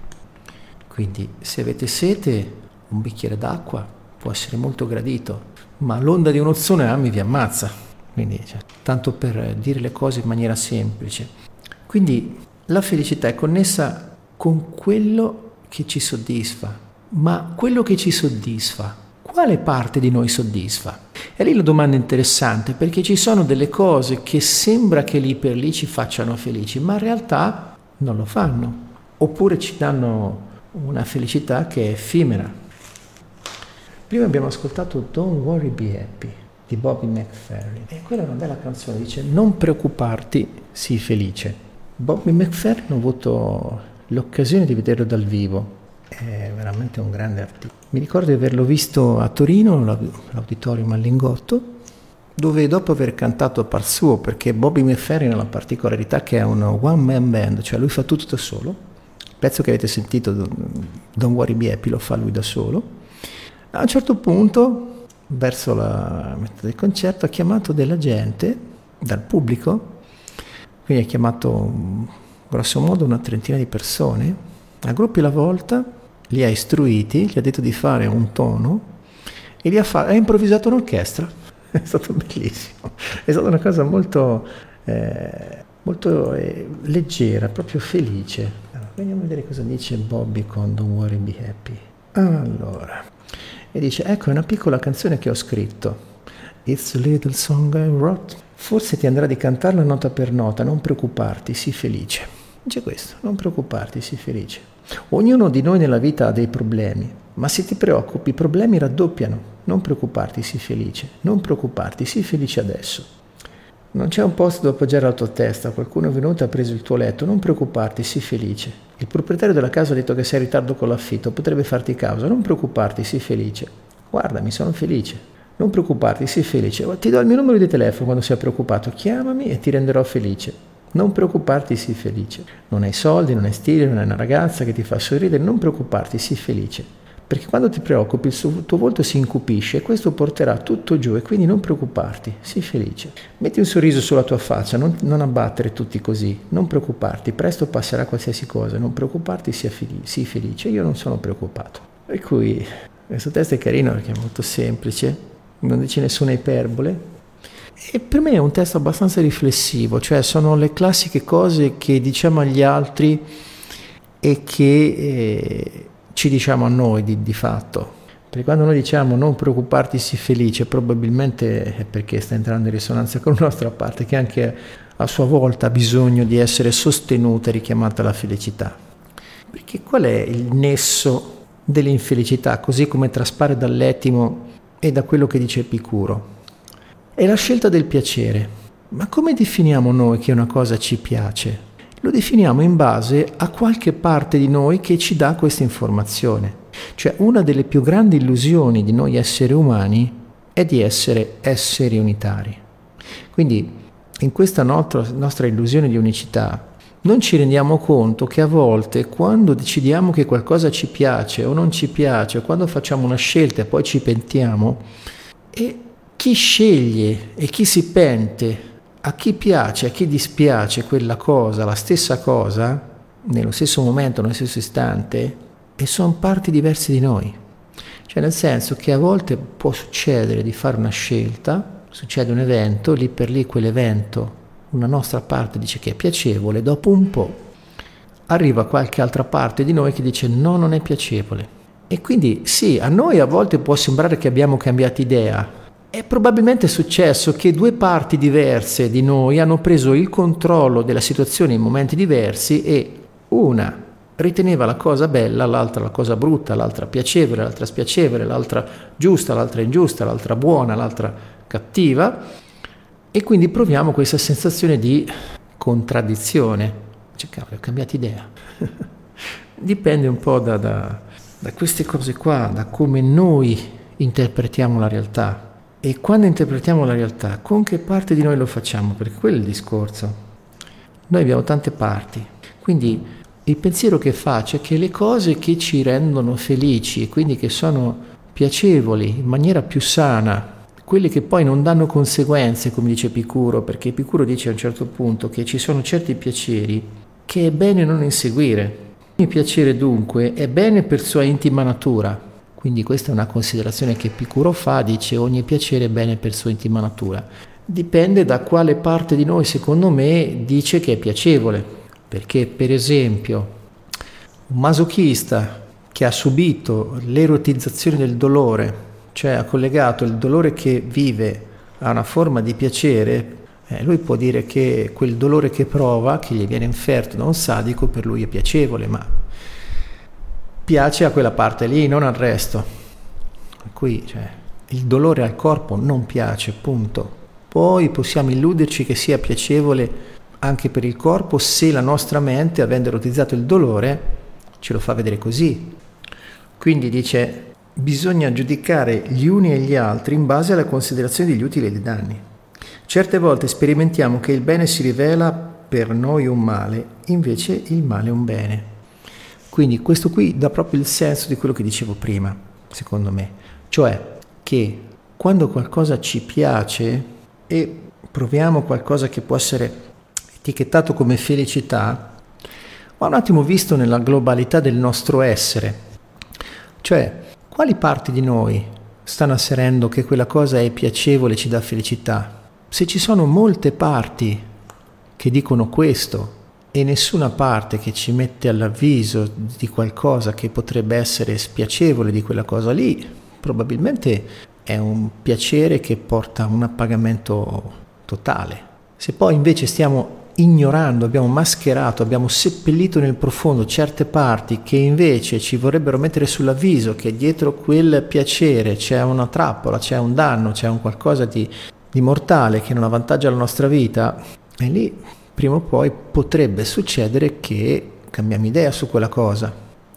Speaker 1: Quindi se avete sete, un bicchiere d'acqua può essere molto gradito, ma l'onda di uno tsunami vi ammazza. Quindi, cioè, tanto per dire le cose in maniera semplice. Quindi la felicità è connessa con quello che ci soddisfa, ma quello che ci soddisfa, quale parte di noi soddisfa? E lì la domanda è interessante, perché ci sono delle cose che sembra che lì per lì ci facciano felici, ma in realtà non lo fanno, oppure ci danno una felicità che è effimera. Prima abbiamo ascoltato Don't Worry Be Happy di Bobby McFerrin e quella è una bella canzone, dice non preoccuparti, sii felice. Bobby McFerrin ho avuto l'occasione di vederlo dal vivo, è veramente un grande artista. Mi ricordo di averlo visto a Torino, all'Auditorium al Lingotto, dove dopo aver cantato a par suo, perché Bobby McFerrin ha la particolarità che è un one man band, cioè lui fa tutto da solo. Il pezzo che avete sentito, Don't Worry Be Happy, lo fa lui da solo. A un certo punto, verso la metà del concerto, ha chiamato della gente dal pubblico, quindi ha chiamato grosso modo una trentina di persone, a gruppi alla volta, li ha istruiti, gli ha detto di fare un tono e li ha, fa- ha improvvisato un'orchestra. È stato bellissimo, è stata una cosa molto, eh, molto eh, leggera, proprio felice. Andiamo a vedere cosa dice Bobby con Don't Worry Be Happy. Allora, e dice, ecco, è una piccola canzone che ho scritto. It's a little song I wrote. Forse ti andrà di cantarla nota per nota, non preoccuparti, sii felice. Dice questo, non preoccuparti, sii felice. Ognuno di noi nella vita ha dei problemi, ma se ti preoccupi i problemi raddoppiano. Non preoccuparti, sii felice. Non preoccuparti, sii felice adesso. Non c'è un posto dove appoggiare la tua testa, qualcuno è venuto e ha preso il tuo letto, non preoccuparti, sii felice. Il proprietario della casa ha detto che sei in ritardo con l'affitto, potrebbe farti causa, non preoccuparti, sii felice. Guardami, sono felice. Non preoccuparti, sii felice. Ti do il mio numero di telefono quando sei preoccupato, chiamami e ti renderò felice. Non preoccuparti, sii felice. Non hai soldi, non hai stile, non hai una ragazza che ti fa sorridere, non preoccuparti, sii felice. Perché quando ti preoccupi il, suo, il tuo volto si incupisce e questo porterà tutto giù, e quindi non preoccuparti, sii felice. Metti un sorriso sulla tua faccia, non, non abbattere tutti così, non preoccuparti, presto passerà qualsiasi cosa, non preoccuparti, sii felice, sii felice. Io non sono preoccupato. Per cui questo testo è carino perché è molto semplice, non dice nessuna iperbole. E per me è un testo abbastanza riflessivo, cioè sono le classiche cose che diciamo agli altri e che eh, ci diciamo a noi di, di fatto. Perché quando noi diciamo non preoccuparti, sii felice, probabilmente è perché sta entrando in risonanza con la nostra parte, che anche a sua volta ha bisogno di essere sostenuta e richiamata alla felicità. Perché qual è il nesso dell'infelicità, così come traspare dall'etimo e da quello che dice Epicuro? È la scelta del piacere. Ma come definiamo noi che una cosa ci piace? Lo definiamo in base a qualche parte di noi che ci dà questa informazione. Cioè, una delle più grandi illusioni di noi esseri umani è di essere esseri unitari. Quindi, in questa nostra, nostra illusione di unicità, non ci rendiamo conto che a volte, quando decidiamo che qualcosa ci piace o non ci piace, o quando facciamo una scelta e poi ci pentiamo, e chi sceglie e chi si pente, a chi piace, a chi dispiace quella cosa, la stessa cosa, nello stesso momento, nello stesso istante, e sono parti diverse di noi. Cioè nel senso che a volte può succedere di fare una scelta, succede un evento, lì per lì quell'evento, una nostra parte dice che è piacevole, dopo un po' arriva qualche altra parte di noi che dice no, non è piacevole. E quindi sì, a noi a volte può sembrare che abbiamo cambiato idea. È probabilmente successo che due parti diverse di noi hanno preso il controllo della situazione in momenti diversi e una riteneva la cosa bella, l'altra la cosa brutta, l'altra piacevole, l'altra spiacevole, l'altra giusta, l'altra ingiusta, l'altra buona, l'altra cattiva, e quindi proviamo questa sensazione di contraddizione. Cioè, cavolo, ho cambiato idea. Dipende un po' da, da, da queste cose qua, da come noi interpretiamo la realtà. E quando interpretiamo la realtà, con che parte di noi lo facciamo? Perché quello è il discorso. Noi abbiamo tante parti, quindi il pensiero che faccio è che le cose che ci rendono felici e quindi che sono piacevoli in maniera più sana, quelle che poi non danno conseguenze, come dice Epicuro, perché Epicuro dice a un certo punto che ci sono certi piaceri che è bene non inseguire. Ogni piacere dunque è bene per sua intima natura. Quindi questa è una considerazione che Epicuro fa, dice ogni piacere è bene per sua intima natura. Dipende da quale parte di noi, secondo me, dice che è piacevole. Perché, per esempio, un masochista che ha subito l'erotizzazione del dolore, cioè ha collegato il dolore che vive a una forma di piacere, eh, lui può dire che quel dolore che prova, che gli viene inferto da un sadico, per lui è piacevole, ma piace a quella parte lì, non al resto. Qui, cioè, il dolore al corpo non piace, punto. Poi possiamo illuderci che sia piacevole anche per il corpo se la nostra mente, avendo erotizzato il dolore, ce lo fa vedere così. Quindi dice, bisogna giudicare gli uni e gli altri in base alla considerazione degli utili e dei danni. Certe volte sperimentiamo che il bene si rivela per noi un male, invece il male è un bene. Quindi questo qui dà proprio il senso di quello che dicevo prima, secondo me. Cioè che quando qualcosa ci piace e proviamo qualcosa che può essere etichettato come felicità, ma un attimo visto nella globalità del nostro essere. Cioè, quali parti di noi stanno asserendo che quella cosa è piacevole e ci dà felicità? Se ci sono molte parti che dicono questo, e nessuna parte che ci mette all'avviso di qualcosa che potrebbe essere spiacevole di quella cosa lì, probabilmente è un piacere che porta a un appagamento totale. Se poi invece stiamo ignorando, abbiamo mascherato, abbiamo seppellito nel profondo certe parti che invece ci vorrebbero mettere sull'avviso che dietro quel piacere c'è una trappola, c'è un danno, c'è un qualcosa di, di mortale che non avvantaggia la nostra vita, e lì prima o poi potrebbe succedere che cambiamo idea su quella cosa.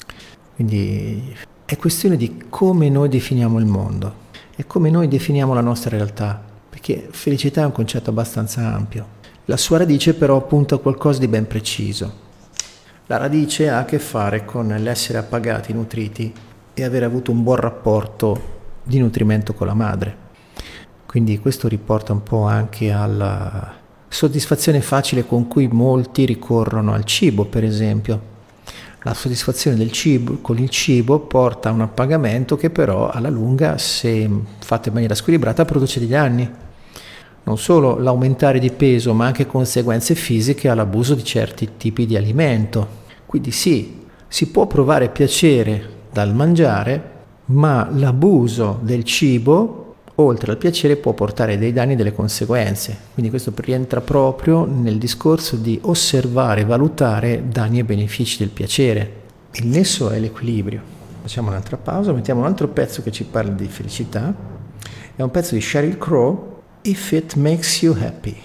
Speaker 1: Quindi è questione di come noi definiamo il mondo e come noi definiamo la nostra realtà, perché felicità è un concetto abbastanza ampio. La sua radice però punta a qualcosa di ben preciso. La radice ha a che fare con l'essere appagati, nutriti e aver avuto un buon rapporto di nutrimento con la madre. Quindi questo riporta un po' anche alla soddisfazione facile con cui molti ricorrono al cibo, per esempio. La soddisfazione del cibo con il cibo porta a un appagamento che però alla lunga, se fatto in maniera squilibrata, produce degli danni. Non solo l'aumentare di peso, ma anche conseguenze fisiche all'abuso di certi tipi di alimento. Quindi sì, si può provare piacere dal mangiare, ma l'abuso del cibo, oltre al piacere, può portare dei danni e delle conseguenze. Quindi questo rientra proprio nel discorso di osservare e valutare danni e benefici del piacere. Il nesso è l'equilibrio. Facciamo un'altra pausa, mettiamo un altro pezzo che ci parla di felicità. È un pezzo di Sheryl Crow, If It Makes You Happy.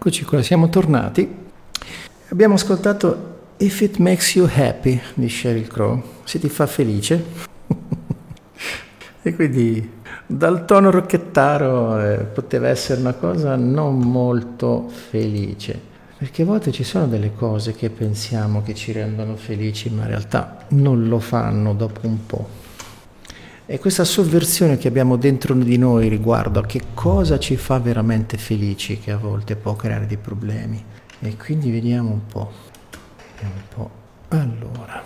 Speaker 1: Eccoci qua, siamo tornati. Abbiamo ascoltato If It Makes You Happy di Sheryl Crow, se ti fa felice. E quindi dal tono rocchettaro eh, poteva essere una cosa non molto felice, perché a volte ci sono delle cose che pensiamo che ci rendono felici, ma in realtà non lo fanno dopo un po'. E questa sovversione che abbiamo dentro di noi riguardo a che cosa ci fa veramente felici, che a volte può creare dei problemi. E quindi vediamo un po'. Vediamo un po'. Allora,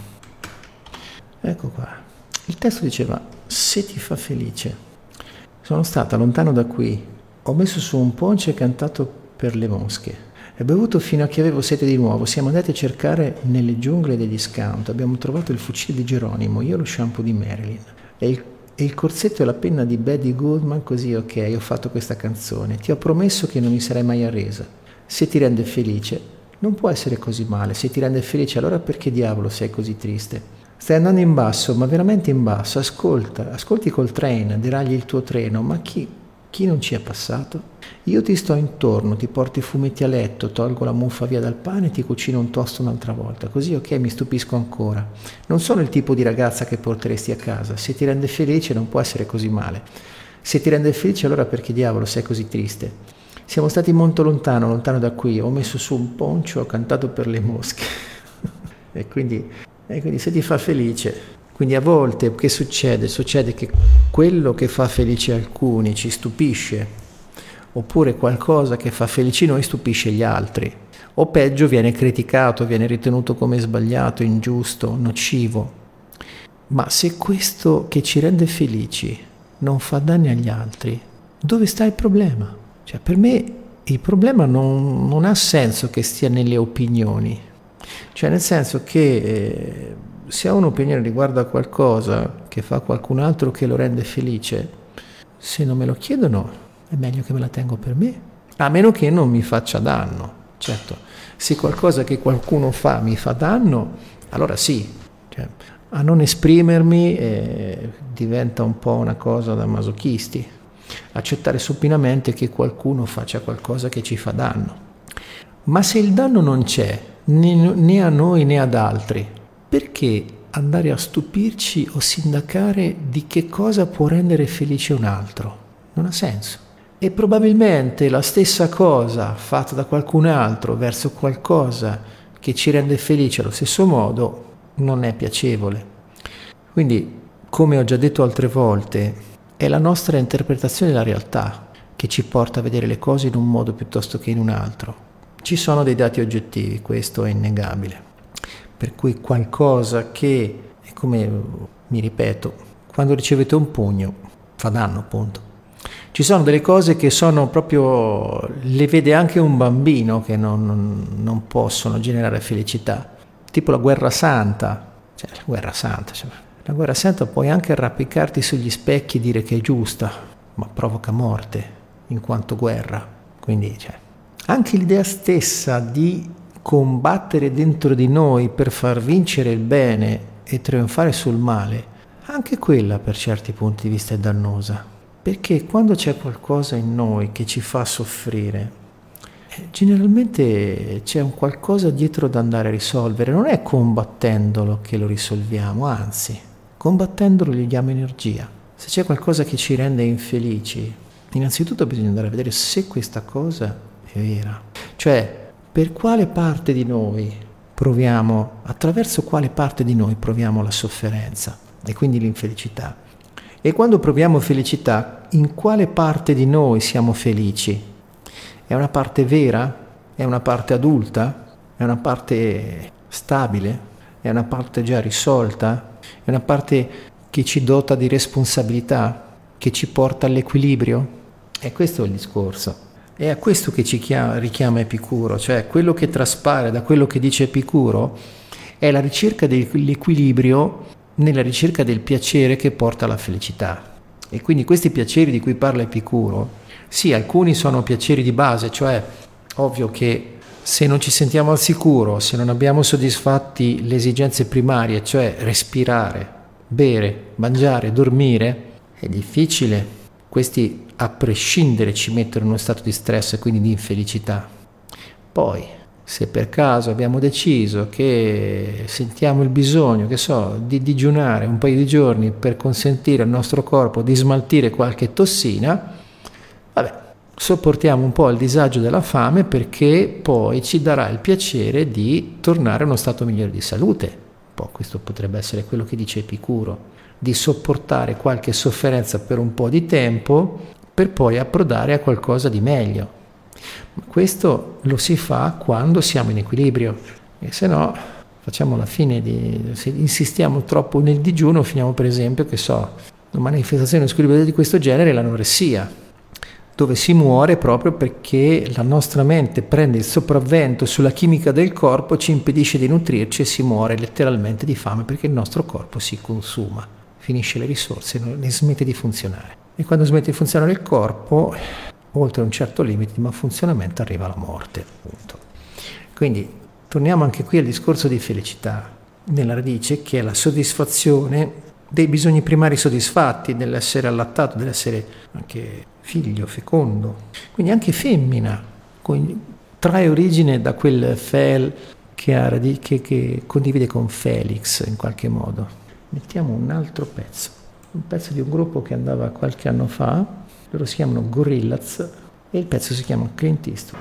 Speaker 1: ecco qua. Il testo diceva: se ti fa felice. Sono stata lontano da qui, ho messo su un ponce e cantato per le mosche. E bevuto fino a che avevo sete di nuovo. Siamo andati a cercare nelle giungle degli scout. Abbiamo trovato il fucile di Geronimo, io lo shampoo di Marilyn. E il, e il corsetto e la penna di Betty Goodman, così ok, ho fatto questa canzone. Ti ho promesso che non mi sarei mai arresa. Se ti rende felice, non può essere così male. Se ti rende felice, allora perché diavolo sei così triste? Stai andando in basso, ma veramente in basso. Ascolta, ascolti col train, deragli il tuo treno, ma chi, chi non ci è passato? Io ti sto intorno, ti porto i fumetti a letto, tolgo la muffa via dal pane e ti cucino un toast un'altra volta. Così ok, mi stupisco ancora. Non sono il tipo di ragazza che porteresti a casa. Se ti rende felice non può essere così male. Se ti rende felice allora perché diavolo sei così triste? Siamo stati molto lontano, lontano da qui. Ho messo su un poncio, ho cantato per le mosche. e, quindi, e quindi se ti fa felice... Quindi a volte che succede? Succede che quello che fa felice alcuni ci stupisce, oppure qualcosa che fa felici noi stupisce gli altri, o peggio viene criticato, viene ritenuto come sbagliato, ingiusto, nocivo. Ma se questo che ci rende felici non fa danni agli altri, dove sta il problema? Cioè, per me il problema non, non ha senso che stia nelle opinioni, cioè nel senso che eh, se ha un'opinione riguardo a qualcosa che fa qualcun altro che lo rende felice, se non me lo chiedono è meglio che me la tengo per me, a meno che non mi faccia danno. Certo, se qualcosa che qualcuno fa mi fa danno, allora sì, cioè, a non esprimermi eh, diventa un po' una cosa da masochisti, accettare supinamente che qualcuno faccia qualcosa che ci fa danno. Ma se il danno non c'è, né, né a noi né ad altri, perché andare a stupirci o sindacare di che cosa può rendere felice un altro? Non ha senso. E probabilmente la stessa cosa fatta da qualcun altro verso qualcosa che ci rende felice allo stesso modo non è piacevole. Quindi, come ho già detto altre volte, è la nostra interpretazione della realtà che ci porta a vedere le cose in un modo piuttosto che in un altro. Ci sono dei dati oggettivi, questo è innegabile. Per cui qualcosa che, è come mi ripeto, quando ricevete un pugno fa danno, appunto. Ci sono delle cose che sono proprio, le vede anche un bambino, che non, non, non possono generare felicità, tipo la guerra santa. Cioè, la guerra santa, cioè, la guerra santa puoi anche arrampicarti sugli specchi e dire che è giusta, ma provoca morte in quanto guerra. Quindi, cioè, anche l'idea stessa di combattere dentro di noi per far vincere il bene e trionfare sul male, anche quella per certi punti di vista è dannosa, perché quando c'è qualcosa in noi che ci fa soffrire, eh, generalmente c'è un qualcosa dietro da andare a risolvere. Non è combattendolo che lo risolviamo, anzi, combattendolo gli diamo energia. Se c'è qualcosa che ci rende infelici, innanzitutto bisogna andare a vedere se questa cosa è vera, cioè per quale parte di noi proviamo, attraverso quale parte di noi proviamo la sofferenza e quindi l'infelicità. E quando proviamo felicità, in quale parte di noi siamo felici? È una parte vera? È una parte adulta? È una parte stabile? È una parte già risolta? È una parte che ci dota di responsabilità? Che ci porta all'equilibrio? E questo è il discorso. È a questo che ci chiama, richiama Epicuro, cioè quello che traspare da quello che dice Epicuro è la ricerca dell'equilibrio nella ricerca del piacere che porta alla felicità. E quindi questi piaceri di cui parla Epicuro, sì, alcuni sono piaceri di base, cioè ovvio che se non ci sentiamo al sicuro, se non abbiamo soddisfatti le esigenze primarie, cioè respirare, bere, mangiare, dormire, è difficile. Questi a prescindere ci mettono in uno stato di stress e quindi di infelicità. Poi, se per caso abbiamo deciso che sentiamo il bisogno, che so, di digiunare un paio di giorni per consentire al nostro corpo di smaltire qualche tossina, vabbè, sopportiamo un po' il disagio della fame, perché poi ci darà il piacere di tornare a uno stato migliore di salute. Un po' questo potrebbe essere quello che dice Epicuro, di sopportare qualche sofferenza per un po' di tempo per poi approdare a qualcosa di meglio. Questo lo si fa quando siamo in equilibrio, e se no facciamo la fine di, se insistiamo troppo nel digiuno, finiamo per esempio, che so, una manifestazione di squilibrio di questo genere è l'anoressia, dove si muore proprio perché la nostra mente prende il sopravvento sulla chimica del corpo, ci impedisce di nutrirci e si muore letteralmente di fame perché il nostro corpo si consuma, finisce le risorse e smette di funzionare. E quando smette di funzionare il corpo, oltre un certo limite di malfunzionamento, arriva la morte, appunto. Quindi torniamo anche qui al discorso di felicità nella radice, che è la soddisfazione dei bisogni primari soddisfatti, dell'essere allattato, dell'essere anche figlio, fecondo. Quindi anche femmina trae origine da quel fel che, ha radice, che, che condivide con Felix in qualche modo. Mettiamo un altro pezzo, un pezzo di un gruppo che andava qualche anno fa, loro si chiamano Gorillaz e il pezzo si chiama Clint Eastwood.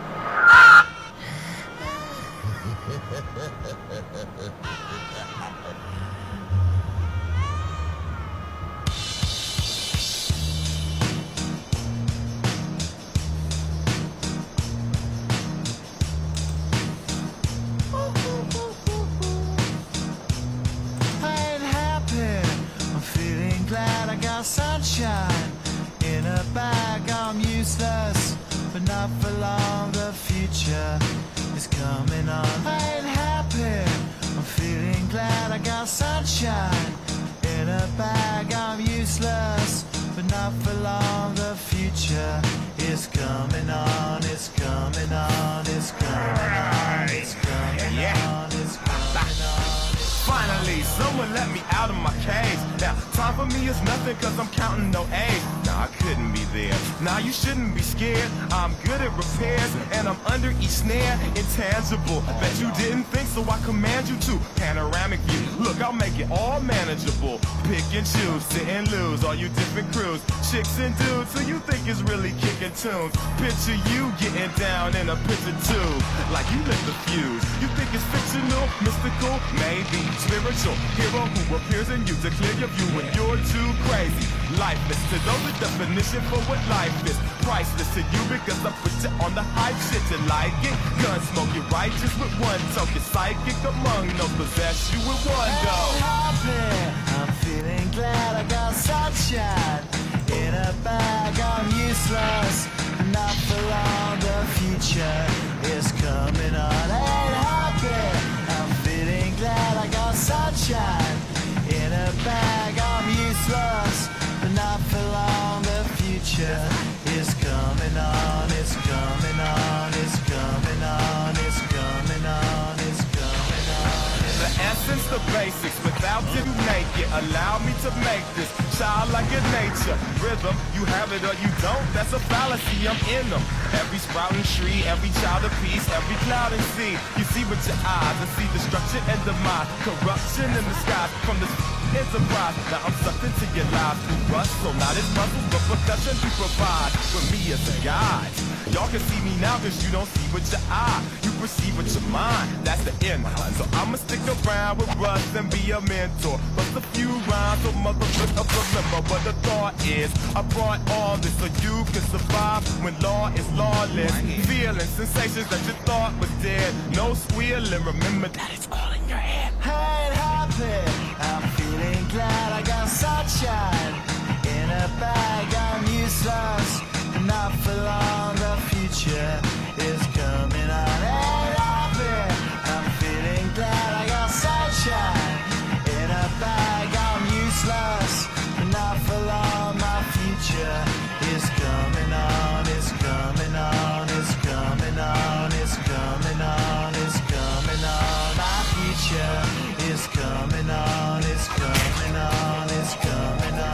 Speaker 3: Sunshine in a bag, I'm useless, but not for long. The future is coming on. I ain't happy, I'm feeling glad I got sunshine in a bag. I'm useless, but not for long. The future is coming on. It's coming on. It's coming on. It's coming on. It's coming on.
Speaker 4: Finally, someone let me out of my cage. Now, time for me is nothing cause I'm counting no A's. Nah, I couldn't be there. Nah, you shouldn't be scared. I'm good at repairs and I'm under each snare. Intangible, bet you didn't think, so I command you to. Panoramic view, look, I'll make it all manageable. Pick and choose, sit and lose, all you different crews. Chicks and dudes, who you think is really kicking tunes. Picture you getting down in a picture too, like you lit the fuse. You think it's fictional, mystical, maybe spiritual hero who appears in you to clear your view when you're too crazy. Lifeless to those, the definition for what life is. Priceless to you because I put you on the hype shit. You like it? Gun smoke, you're righteous with one toke. You're psychic among no possess you with one go.
Speaker 3: Happy, I'm feeling glad I got sunshine in a bag. I'm useless, not for long. The future is coming on. Ain't happy, I'm feeling glad I got sunshine in a bag. I'm useless, but not for long. The future is coming on. It's coming on. It's coming on. It's coming on. It's coming on.
Speaker 4: The essence, the basics, without it you make it. Allow me to make this childlike in nature. Rhythm, you have it or you don't, that's a fallacy, I'm in them. Every sprouting tree, every child of peace, every cloud and sea. You see with your eyes and see destruction and demise. Corruption in the sky from this enterprise. Now I'm sucked into your lives through rust, so not as muscles, but percussion you provide with me as a guide. Y'all can see me now cause you don't see with your eye. You perceive with your mind, that's the end. So I'ma stick around with Russ and be a mentor. Bust a few rhymes so motherfuckers remember what the thought is. I brought all this so you can survive when law is lawless. Feeling sensations that you thought was dead. No squealing, remember that it's all in your head.
Speaker 3: I ain't happy, I'm feeling glad I got sunshine in a bag. I'm useless, not for long. The future is coming on. Ain't happy, I'm feeling glad I got sunshine in a bag. I'm useless, not for long. My future is coming on. It's coming on. It's coming on. It's coming on. It's coming on. My future is coming on. It's coming on. It's coming on.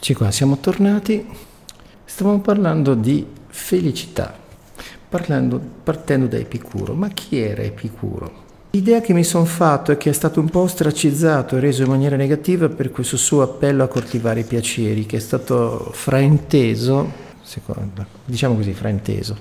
Speaker 1: Eccoci qua, siamo tornati. Stavamo parlando di felicità, parlando, partendo da Epicuro. Ma chi era Epicuro? L'idea che mi sono fatto è che è stato un po' ostracizzato e reso in maniera negativa per questo suo appello a coltivare i piaceri, che è stato frainteso, secondo, diciamo così, frainteso.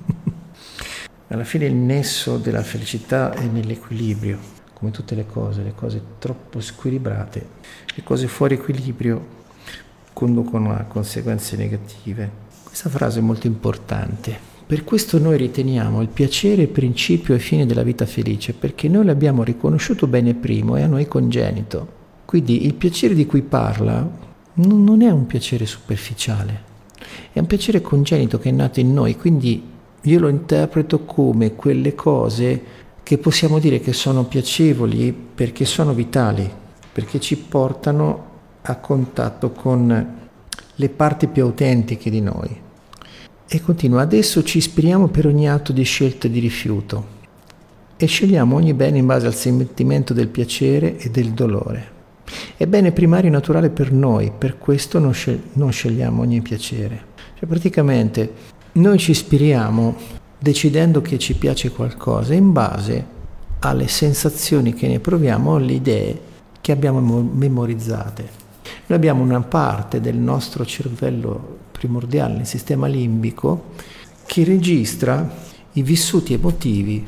Speaker 1: Alla fine il nesso della felicità è nell'equilibrio, come tutte le cose, le cose troppo squilibrate, le cose fuori equilibrio conducono a conseguenze negative. Questa frase è molto importante. Per questo noi riteniamo il piacere principio e fine della vita felice, perché noi l'abbiamo riconosciuto bene primo e a noi congenito. Quindi il piacere di cui parla non è un piacere superficiale, è un piacere congenito che è nato in noi, quindi io lo interpreto come quelle cose che possiamo dire che sono piacevoli perché sono vitali, perché ci portano a contatto con le parti più autentiche di noi. E continua, adesso ci ispiriamo per ogni atto di scelta e di rifiuto e scegliamo ogni bene in base al sentimento del piacere e del dolore. È bene primario e naturale per noi, per questo non, scel- non scegliamo ogni piacere. Cioè praticamente noi ci ispiriamo decidendo che ci piace qualcosa in base alle sensazioni che ne proviamo, alle idee che abbiamo memorizzate. Noi abbiamo una parte del nostro cervello primordiale, il sistema limbico, che registra i vissuti emotivi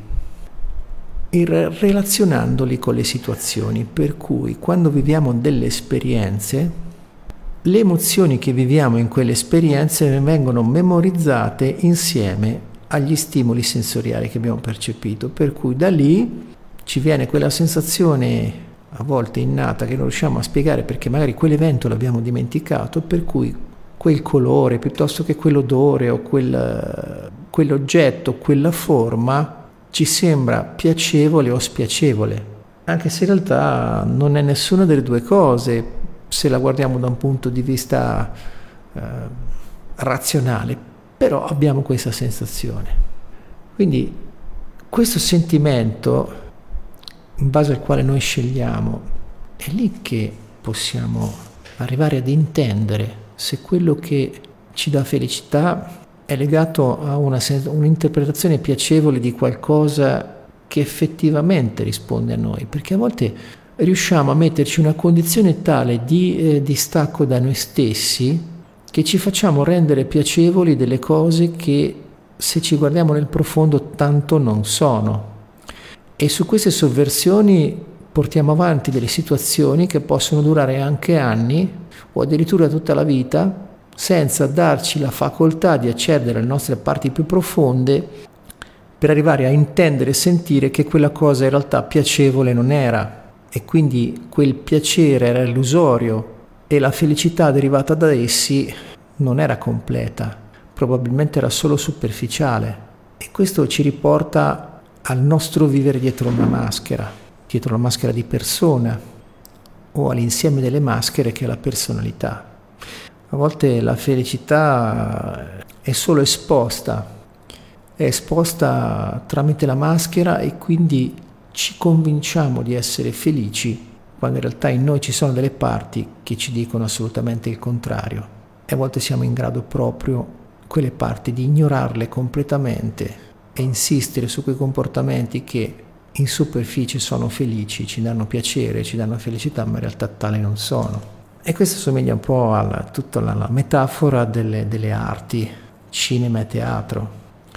Speaker 1: relazionandoli con le situazioni, per cui quando viviamo delle esperienze, le emozioni che viviamo in quelle esperienze vengono memorizzate insieme agli stimoli sensoriali che abbiamo percepito, per cui da lì ci viene quella sensazione a volte innata che non riusciamo a spiegare perché magari quell'evento l'abbiamo dimenticato, per cui quel colore piuttosto che quell'odore o quel, quell'oggetto, quella forma ci sembra piacevole o spiacevole, anche se in realtà non è nessuna delle due cose se la guardiamo da un punto di vista eh, razionale, però abbiamo questa sensazione. Quindi questo sentimento in base al quale noi scegliamo, è lì che possiamo arrivare ad intendere se quello che ci dà felicità è legato a una, un'interpretazione piacevole di qualcosa che effettivamente risponde a noi, perché a volte riusciamo a metterci una condizione tale di eh, distacco da noi stessi che ci facciamo rendere piacevoli delle cose che, se ci guardiamo nel profondo, tanto non sono. E su queste sovversioni portiamo avanti delle situazioni che possono durare anche anni o addirittura tutta la vita, senza darci la facoltà di accedere alle nostre parti più profonde per arrivare a intendere e sentire che quella cosa in realtà piacevole non era, e quindi quel piacere era illusorio e la felicità derivata da essi non era completa, probabilmente era solo superficiale. E questo ci riporta al nostro vivere dietro una maschera, dietro la maschera di persona o all'insieme delle maschere che è la personalità. A volte la felicità è solo esposta, è esposta tramite la maschera e quindi ci convinciamo di essere felici quando in realtà in noi ci sono delle parti che ci dicono assolutamente il contrario. E a volte siamo in grado proprio, quelle parti, di ignorarle completamente e insistere su quei comportamenti che in superficie sono felici, ci danno piacere, ci danno felicità, ma in realtà tale non sono. E questo somiglia un po' a tutta la, la metafora delle, delle arti, cinema e teatro,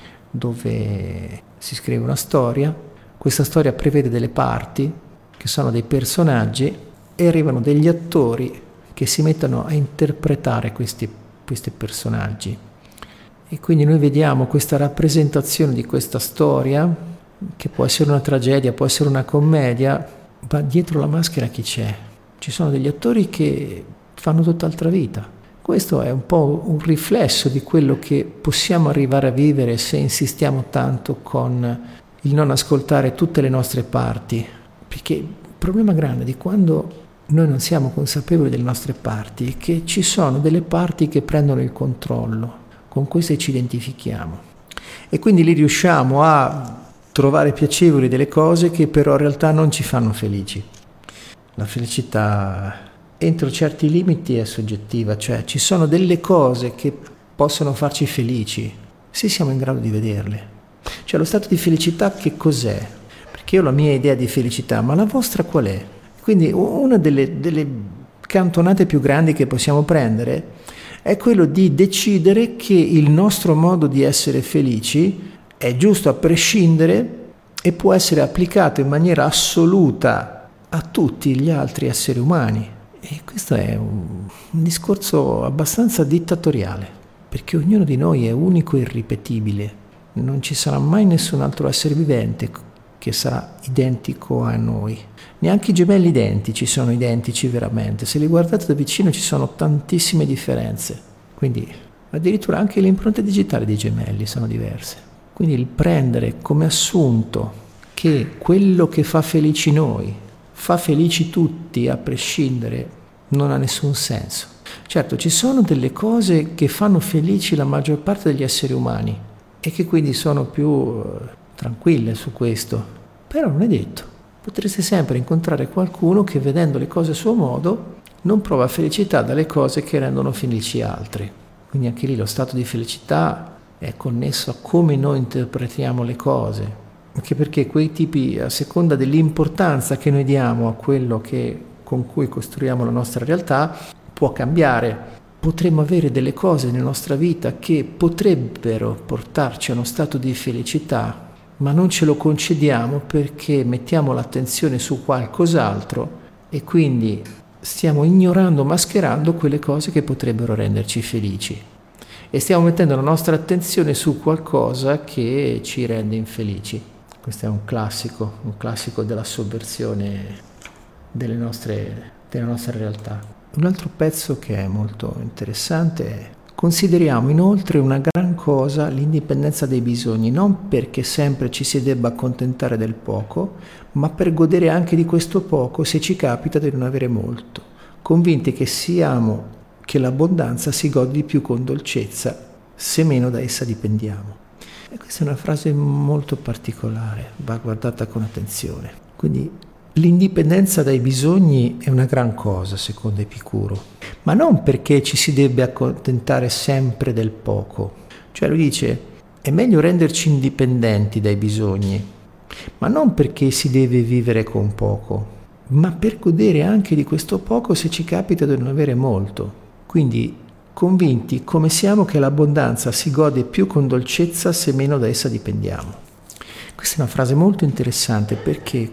Speaker 1: dove si scrive una storia, questa storia prevede delle parti che sono dei personaggi e arrivano degli attori che si mettono a interpretare questi, questi personaggi. E quindi noi vediamo questa rappresentazione di questa storia, che può essere una tragedia, può essere una commedia, ma dietro la maschera chi c'è? Ci sono degli attori che fanno tutt'altra vita. Questo è un po' un riflesso di quello che possiamo arrivare a vivere se insistiamo tanto con il non ascoltare tutte le nostre parti, perché il problema grande di quando noi non siamo consapevoli delle nostre parti è che ci sono delle parti che prendono il controllo, con queste ci identifichiamo e quindi lì riusciamo a trovare piacevoli delle cose che però in realtà non ci fanno felici. La felicità entro certi limiti è soggettiva, cioè ci sono delle cose che possono farci felici se siamo in grado di vederle. Cioè lo stato di felicità che cos'è? Perché io ho la mia idea di felicità, ma la vostra qual è? Quindi una delle, delle cantonate più grandi che possiamo prendere è quello di decidere che il nostro modo di essere felici è giusto a prescindere e può essere applicato in maniera assoluta a tutti gli altri esseri umani. E questo è un, un discorso abbastanza dittatoriale, perché ognuno di noi è unico e irripetibile. Non ci sarà mai nessun altro essere vivente che sarà identico a noi. Neanche i gemelli identici sono identici veramente. Se li guardate da vicino ci sono tantissime differenze. Quindi addirittura anche le impronte digitali dei gemelli sono diverse. Quindi il prendere come assunto che quello che fa felici noi fa felici tutti a prescindere non ha nessun senso. Certo, ci sono delle cose che fanno felici la maggior parte degli esseri umani e che quindi sono più eh, tranquille su questo, però non è detto. Potreste sempre incontrare qualcuno che vedendo le cose a suo modo non prova felicità dalle cose che rendono felici altri. Quindi anche lì lo stato di felicità è connesso a come noi interpretiamo le cose, anche perché quei tipi, a seconda dell'importanza che noi diamo a quello che, con cui costruiamo la nostra realtà, può cambiare. Potremmo avere delle cose nella nostra vita che potrebbero portarci a uno stato di felicità, ma non ce lo concediamo perché mettiamo l'attenzione su qualcos'altro e quindi stiamo ignorando, mascherando quelle cose che potrebbero renderci felici e stiamo mettendo la nostra attenzione su qualcosa che ci rende infelici. Questo è un classico, un classico della sovversione delle nostre, della nostra realtà. Un altro pezzo che è molto interessante è: consideriamo inoltre una gran cosa l'indipendenza dei bisogni, non perché sempre ci si debba accontentare del poco, ma per godere anche di questo poco se ci capita di non avere molto, convinti che siamo che l'abbondanza si gode di più con dolcezza, se meno da essa dipendiamo. E questa è una frase molto particolare, va guardata con attenzione. Quindi l'indipendenza dai bisogni è una gran cosa, secondo Epicuro, ma non perché ci si debba accontentare sempre del poco. Cioè lui dice, è meglio renderci indipendenti dai bisogni, ma non perché si deve vivere con poco, ma per godere anche di questo poco se ci capita di non avere molto. Quindi convinti come siamo che l'abbondanza si gode più con dolcezza se meno da essa dipendiamo. Questa è una frase molto interessante perché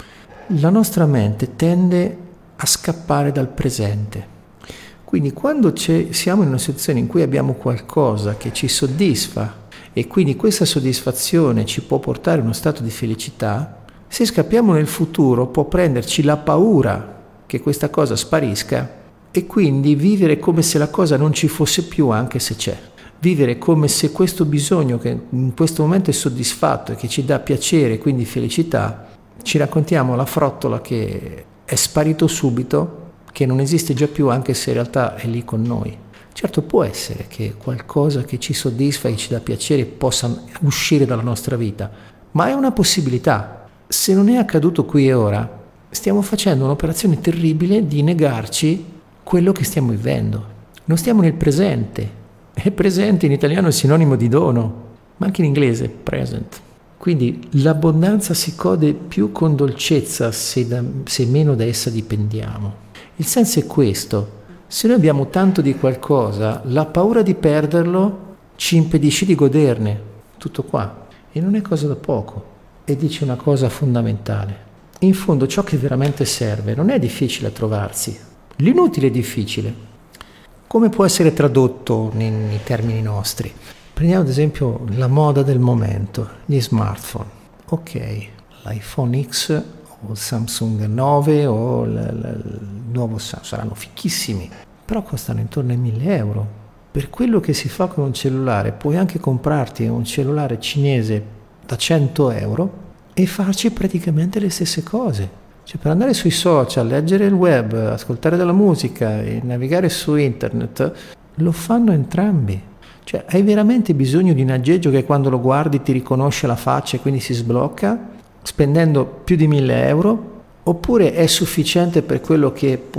Speaker 1: la nostra mente tende a scappare dal presente. Quindi quando siamo in una situazione in cui abbiamo qualcosa che ci soddisfa e quindi questa soddisfazione ci può portare a uno stato di felicità, se scappiamo nel futuro può prenderci la paura che questa cosa sparisca e quindi vivere come se la cosa non ci fosse più anche se c'è. Vivere come se questo bisogno che in questo momento è soddisfatto e che ci dà piacere, quindi felicità, ci raccontiamo la frottola che è sparito subito, che non esiste già più anche se in realtà è lì con noi. Certo può essere che qualcosa che ci soddisfa e ci dà piacere possa uscire dalla nostra vita, ma è una possibilità. Se non è accaduto qui e ora, stiamo facendo un'operazione terribile di negarci quello che stiamo vivendo. Non stiamo nel presente. E presente in italiano è sinonimo di dono, ma anche in inglese present. Quindi l'abbondanza si gode più con dolcezza se, da, se meno da essa dipendiamo. Il senso è questo: se noi abbiamo tanto di qualcosa, la paura di perderlo ci impedisce di goderne. Tutto qua. E non è cosa da poco. E dice una cosa fondamentale. In fondo ciò che veramente serve non è difficile a trovarsi. L'inutile è difficile. Come può essere tradotto nei, nei termini nostri? Prendiamo ad esempio la moda del momento, gli smartphone. Ok, l'iPhone X o il Samsung nove o il, il, il nuovo Samsung saranno fichissimi, però costano intorno ai mille euro. Per quello che si fa con un cellulare puoi anche comprarti un cellulare cinese da cento euro e farci praticamente le stesse cose. Cioè per andare sui social, leggere il web, ascoltare della musica e navigare su internet, lo fanno entrambi. Cioè hai veramente bisogno di un aggeggio che quando lo guardi ti riconosce la faccia e quindi si sblocca, spendendo più di mille euro? Oppure è sufficiente per quello che puoi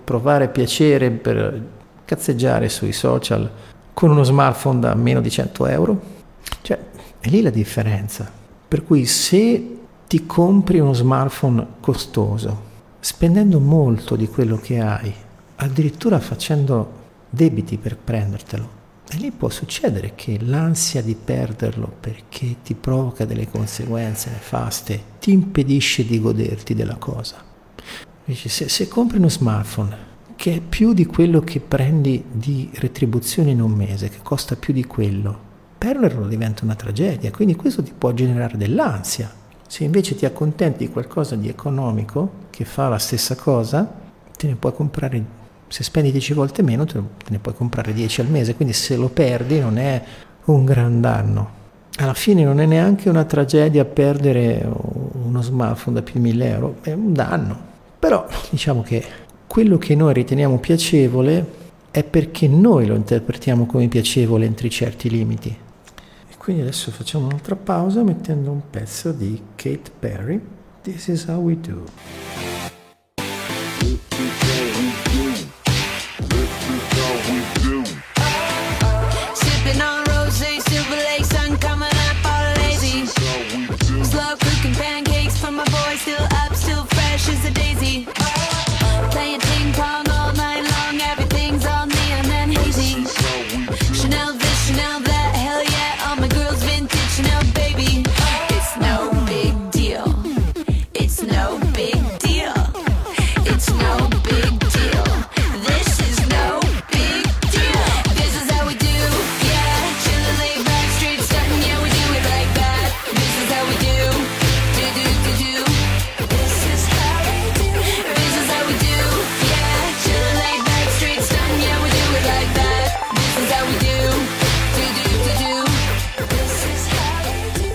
Speaker 1: provare piacere, per cazzeggiare sui social con uno smartphone da meno di cento euro? Cioè, è lì la differenza. Per cui se ti compri uno smartphone costoso, spendendo molto di quello che hai, addirittura facendo debiti per prendertelo, e lì può succedere che l'ansia di perderlo, perché ti provoca delle conseguenze nefaste, ti impedisce di goderti della cosa. Invece se, se compri uno smartphone che è più di quello che prendi di retribuzione in un mese, che costa più di quello, perderlo diventa una tragedia, quindi questo ti può generare dell'ansia. Se invece ti accontenti di qualcosa di economico che fa la stessa cosa, te ne puoi comprare, se spendi dieci volte meno, te ne puoi comprare dieci al mese, quindi se lo perdi non è un gran danno. Alla fine non è neanche una tragedia perdere uno smartphone da più di mille euro, è un danno. Però diciamo che quello che noi riteniamo piacevole è perché noi lo interpretiamo come piacevole entro certi limiti. E quindi adesso facciamo un'altra pausa mettendo un pezzo di Katy Perry, This Is How We Do.
Speaker 5: Sipping on rosé, silver lake, sun coming up all lazy. Slow cooking pancakes for my boy, still up, still fresh as a daisy. Playing ping pong all night long, everything's all neon and hazy. Chanel this, Chanel that, hell yeah, all my girls vintage Chanel, baby. It's no big deal. It's no big deal. It's no big deal. This is no big deal. This is how we do, yeah. Chillin' laid back, straight stuntin', yeah, we do it like that. This is how we do, do do do do. This is how we do. This is how we do, yeah. Chillin' laid back, straight stuntin', yeah, we do it like that. This is how we do, do do do do. This is how we do.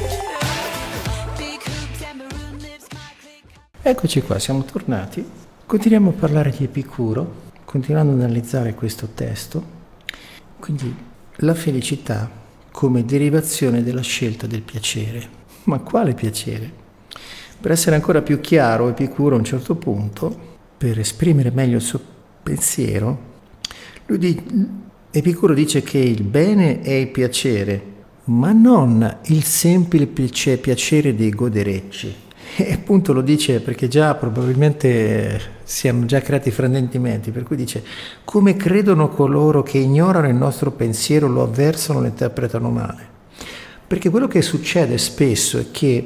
Speaker 5: Big hoops and maroon lips, my click.
Speaker 1: Eccoci qua, siamo tornati. Continuiamo a parlare di Epicuro, continuando ad analizzare questo testo. Quindi la felicità come derivazione della scelta del piacere. Ma quale piacere? Per essere ancora più chiaro, Epicuro a un certo punto, per esprimere meglio il suo pensiero, lui di, Epicuro dice che il bene è il piacere, ma non il semplice piacere dei goderecci. E appunto lo dice perché già probabilmente siamo già creati fraintendimenti, per cui dice: come credono coloro che ignorano il nostro pensiero, lo avversano, lo interpretano male. Perché quello che succede spesso è che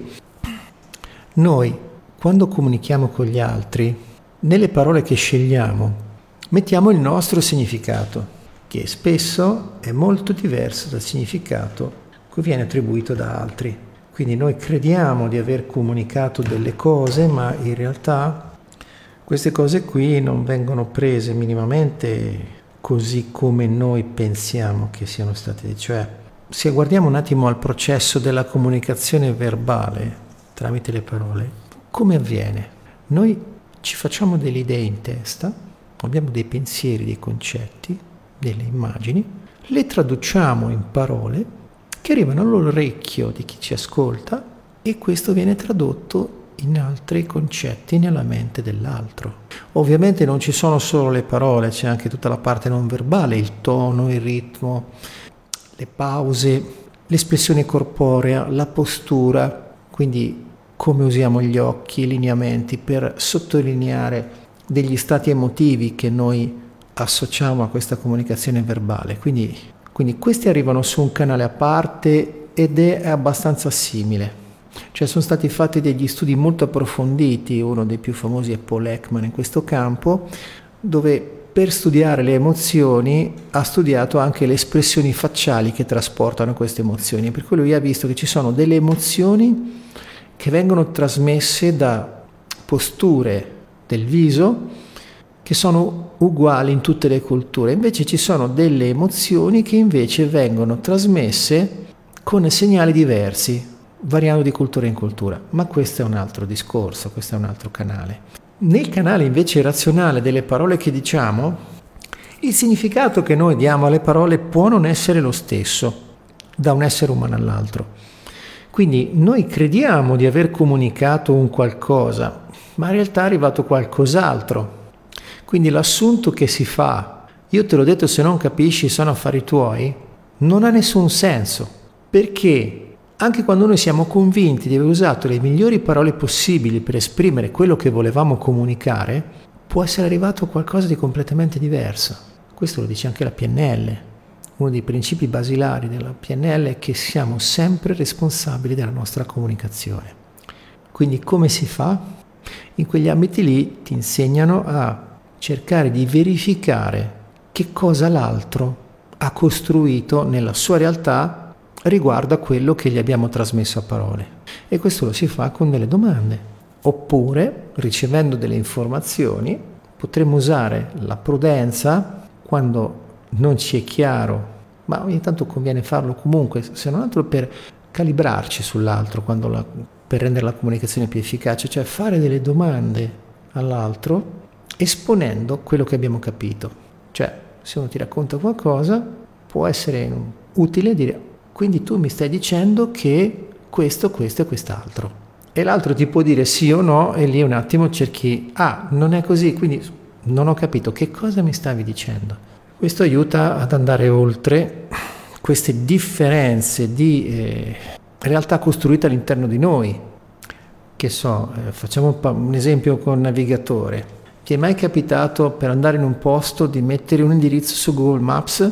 Speaker 1: noi, quando comunichiamo con gli altri, nelle parole che scegliamo mettiamo il nostro significato, che spesso è molto diverso dal significato che viene attribuito da altri. Quindi noi crediamo di aver comunicato delle cose, ma in realtà queste cose qui non vengono prese minimamente così come noi pensiamo che siano state. Cioè, se guardiamo un attimo al processo della comunicazione verbale tramite le parole, come avviene? Noi ci facciamo delle idee in testa, abbiamo dei pensieri, dei concetti, delle immagini, le traduciamo in parole che arrivano all'orecchio di chi ci ascolta e questo viene tradotto in altri concetti nella mente dell'altro. Ovviamente non ci sono solo le parole, c'è anche tutta la parte non verbale, il tono, il ritmo, le pause, l'espressione corporea, la postura, quindi come usiamo gli occhi, i lineamenti per sottolineare degli stati emotivi che noi associamo a questa comunicazione verbale. Quindi Quindi questi arrivano su un canale a parte ed è abbastanza simile. Cioè sono stati fatti degli studi molto approfonditi, uno dei più famosi è Paul Ekman in questo campo, dove per studiare le emozioni ha studiato anche le espressioni facciali che trasportano queste emozioni, per cui lui ha visto che ci sono delle emozioni che vengono trasmesse da posture del viso che sono uguali in tutte le culture, invece ci sono delle emozioni che invece vengono trasmesse con segnali diversi, variando di cultura in cultura, ma questo è un altro discorso, questo è un altro canale. Nel canale invece razionale delle parole che diciamo, il significato che noi diamo alle parole può non essere lo stesso da un essere umano all'altro. Quindi noi crediamo di aver comunicato un qualcosa, ma in realtà è arrivato qualcos'altro. Quindi l'assunto che si fa, io te l'ho detto, se non capisci sono affari tuoi, non ha nessun senso, perché anche quando noi siamo convinti di aver usato le migliori parole possibili per esprimere quello che volevamo comunicare, può essere arrivato a qualcosa di completamente diverso. Questo lo dice anche la P N L. Uno dei principi basilari della P N L è che siamo sempre responsabili della nostra comunicazione. Quindi come si fa? In quegli ambiti lì ti insegnano a cercare di verificare che cosa l'altro ha costruito nella sua realtà riguardo a quello che gli abbiamo trasmesso a parole. E questo lo si fa con delle domande. Oppure, ricevendo delle informazioni, potremmo usare la prudenza quando non ci è chiaro, ma ogni tanto conviene farlo comunque, se non altro per calibrarci sull'altro, quando la, per rendere la comunicazione più efficace, cioè fare delle domande all'altro esponendo quello che abbiamo capito. Cioè, se uno ti racconta qualcosa, può essere utile dire: quindi tu mi stai dicendo che questo, questo e quest'altro. E l'altro ti può dire sì o no, e lì un attimo cerchi, ah, non è così, quindi non ho capito, che cosa mi stavi dicendo? Questo aiuta ad andare oltre queste differenze di eh, realtà costruite all'interno di noi. Che so, eh, facciamo un esempio con navigatore. Ti è mai capitato per andare in un posto di mettere un indirizzo su Google Maps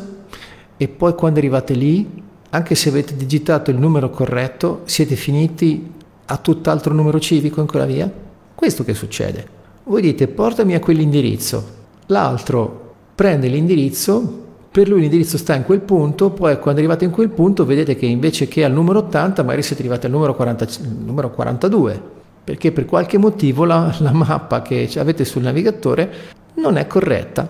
Speaker 1: e poi quando arrivate lì, anche se avete digitato il numero corretto, siete finiti a tutt'altro numero civico in quella via? Questo che succede. Voi dite portami a quell'indirizzo, l'altro prende l'indirizzo, per lui l'indirizzo sta in quel punto, poi quando arrivate in quel punto vedete che invece che al numero ottanta magari siete arrivati al numero, quaranta, numero quarantadue, perché per qualche motivo la, la mappa che avete sul navigatore non è corretta.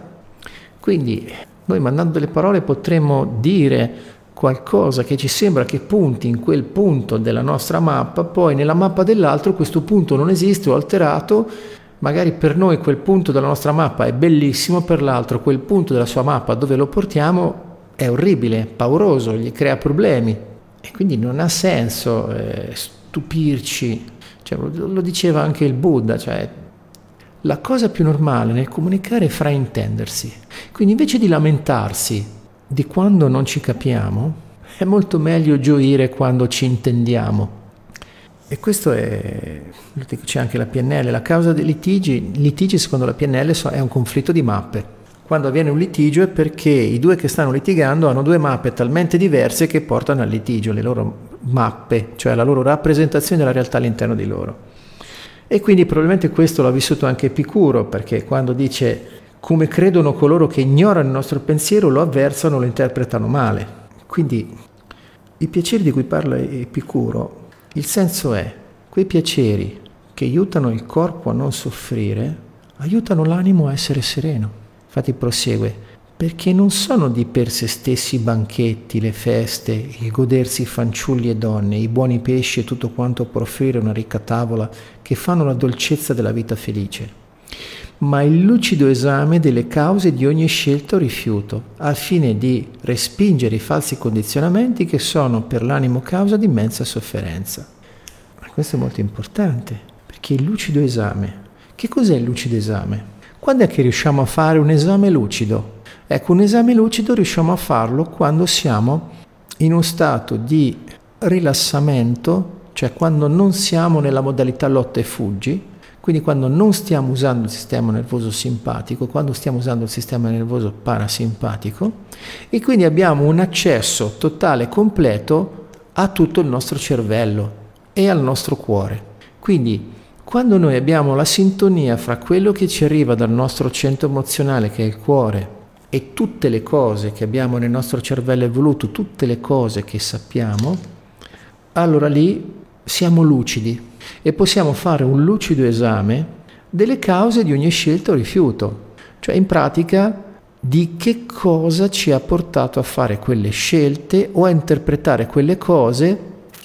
Speaker 1: Quindi noi mandando delle parole potremmo dire qualcosa che ci sembra che punti in quel punto della nostra mappa, poi nella mappa dell'altro questo punto non esiste o alterato, magari per noi quel punto della nostra mappa è bellissimo, per l'altro quel punto della sua mappa dove lo portiamo è orribile, pauroso, gli crea problemi e quindi non ha senso eh, stupirci, cioè, lo, lo diceva anche il Buddha, cioè la cosa più normale nel comunicare è fraintendersi, quindi invece di lamentarsi di quando non ci capiamo, è molto meglio gioire quando ci intendiamo. E questo è, c'è anche la P N L, la causa dei litigi, litigi secondo la P N L è un conflitto di mappe. Quando avviene un litigio è perché i due che stanno litigando hanno due mappe talmente diverse che portano al litigio, le loro mappe, cioè la loro rappresentazione della realtà all'interno di loro. E quindi probabilmente questo l'ha vissuto anche Epicuro, perché quando dice come credono coloro che ignorano il nostro pensiero, lo avversano, lo interpretano male. Quindi i piaceri di cui parla Epicuro, il senso è, quei piaceri che aiutano il corpo a non soffrire, aiutano l'animo a essere sereno. Infatti prosegue, perché non sono di per sé stessi i banchetti, le feste, il godersi fanciulli e donne, i buoni pesci e tutto quanto può offrire una ricca tavola che fanno la dolcezza della vita felice, ma il lucido esame delle cause di ogni scelta o rifiuto, al fine di respingere i falsi condizionamenti che sono per l'animo causa di immensa sofferenza. Ma questo è molto importante, perché il lucido esame, che cos'è il lucido esame? Quando è che riusciamo a fare un esame lucido? Ecco, un esame lucido riusciamo a farlo quando siamo in uno stato di rilassamento, cioè quando non siamo nella modalità lotta e fuggi, quindi quando non stiamo usando il sistema nervoso simpatico, quando stiamo usando il sistema nervoso parasimpatico, e quindi abbiamo un accesso totale e completo a tutto il nostro cervello e al nostro cuore. Quindi quando noi abbiamo la sintonia fra quello che ci arriva dal nostro centro emozionale, che è il cuore, e tutte le cose che abbiamo nel nostro cervello evoluto, tutte le cose che sappiamo, allora lì siamo lucidi e possiamo fare un lucido esame delle cause di ogni scelta o rifiuto, cioè in pratica di che cosa ci ha portato a fare quelle scelte o a interpretare quelle cose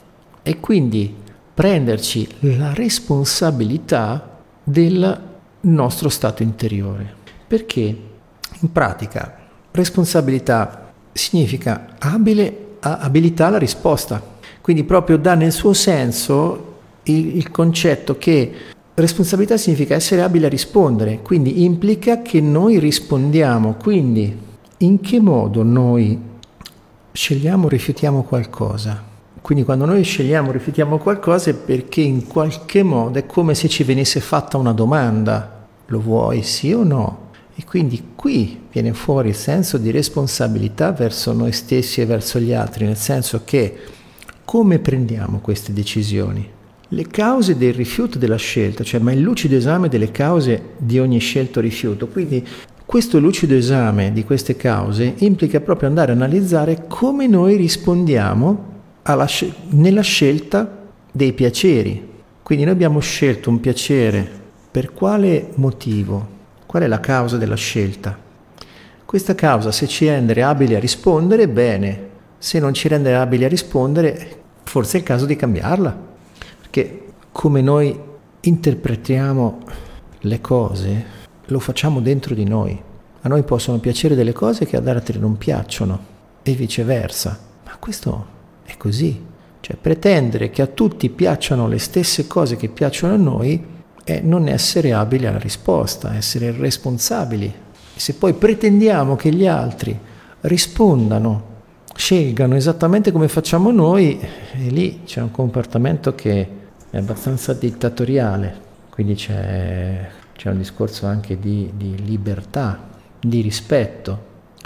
Speaker 1: e quindi prenderci la responsabilità del nostro stato interiore. Perché in pratica responsabilità significa abile, abilità alla risposta, quindi proprio dà nel suo senso il, il concetto che responsabilità significa essere abili a rispondere, quindi implica che noi rispondiamo. Quindi in che modo noi scegliamo o rifiutiamo qualcosa? Quindi quando noi scegliamo o rifiutiamo qualcosa è perché in qualche modo è come se ci venisse fatta una domanda: lo vuoi, sì o no? E quindi qui viene fuori il senso di responsabilità verso noi stessi e verso gli altri, nel senso che come prendiamo queste decisioni? Le cause del rifiuto della scelta, cioè ma il lucido esame delle cause di ogni scelta o rifiuto. Quindi questo lucido esame di queste cause implica proprio andare a analizzare come noi rispondiamo alla, nella scelta dei piaceri. Quindi noi abbiamo scelto un piacere, per quale motivo? Qual è la causa della scelta? Questa causa, se ci rende abili a rispondere, bene; se non ci rende abili a rispondere, forse è il caso di cambiarla. Perché come noi interpretiamo le cose, lo facciamo dentro di noi. A noi possono piacere delle cose che ad altri non piacciono, e viceversa. Ma questo è così. Cioè, pretendere che a tutti piacciono le stesse cose che piacciono a noi è non essere abili alla risposta, essere responsabili. E se poi pretendiamo che gli altri rispondano, scelgano esattamente come facciamo noi, e lì c'è un comportamento che è abbastanza dittatoriale. Quindi c'è, c'è un discorso anche di, di libertà, di rispetto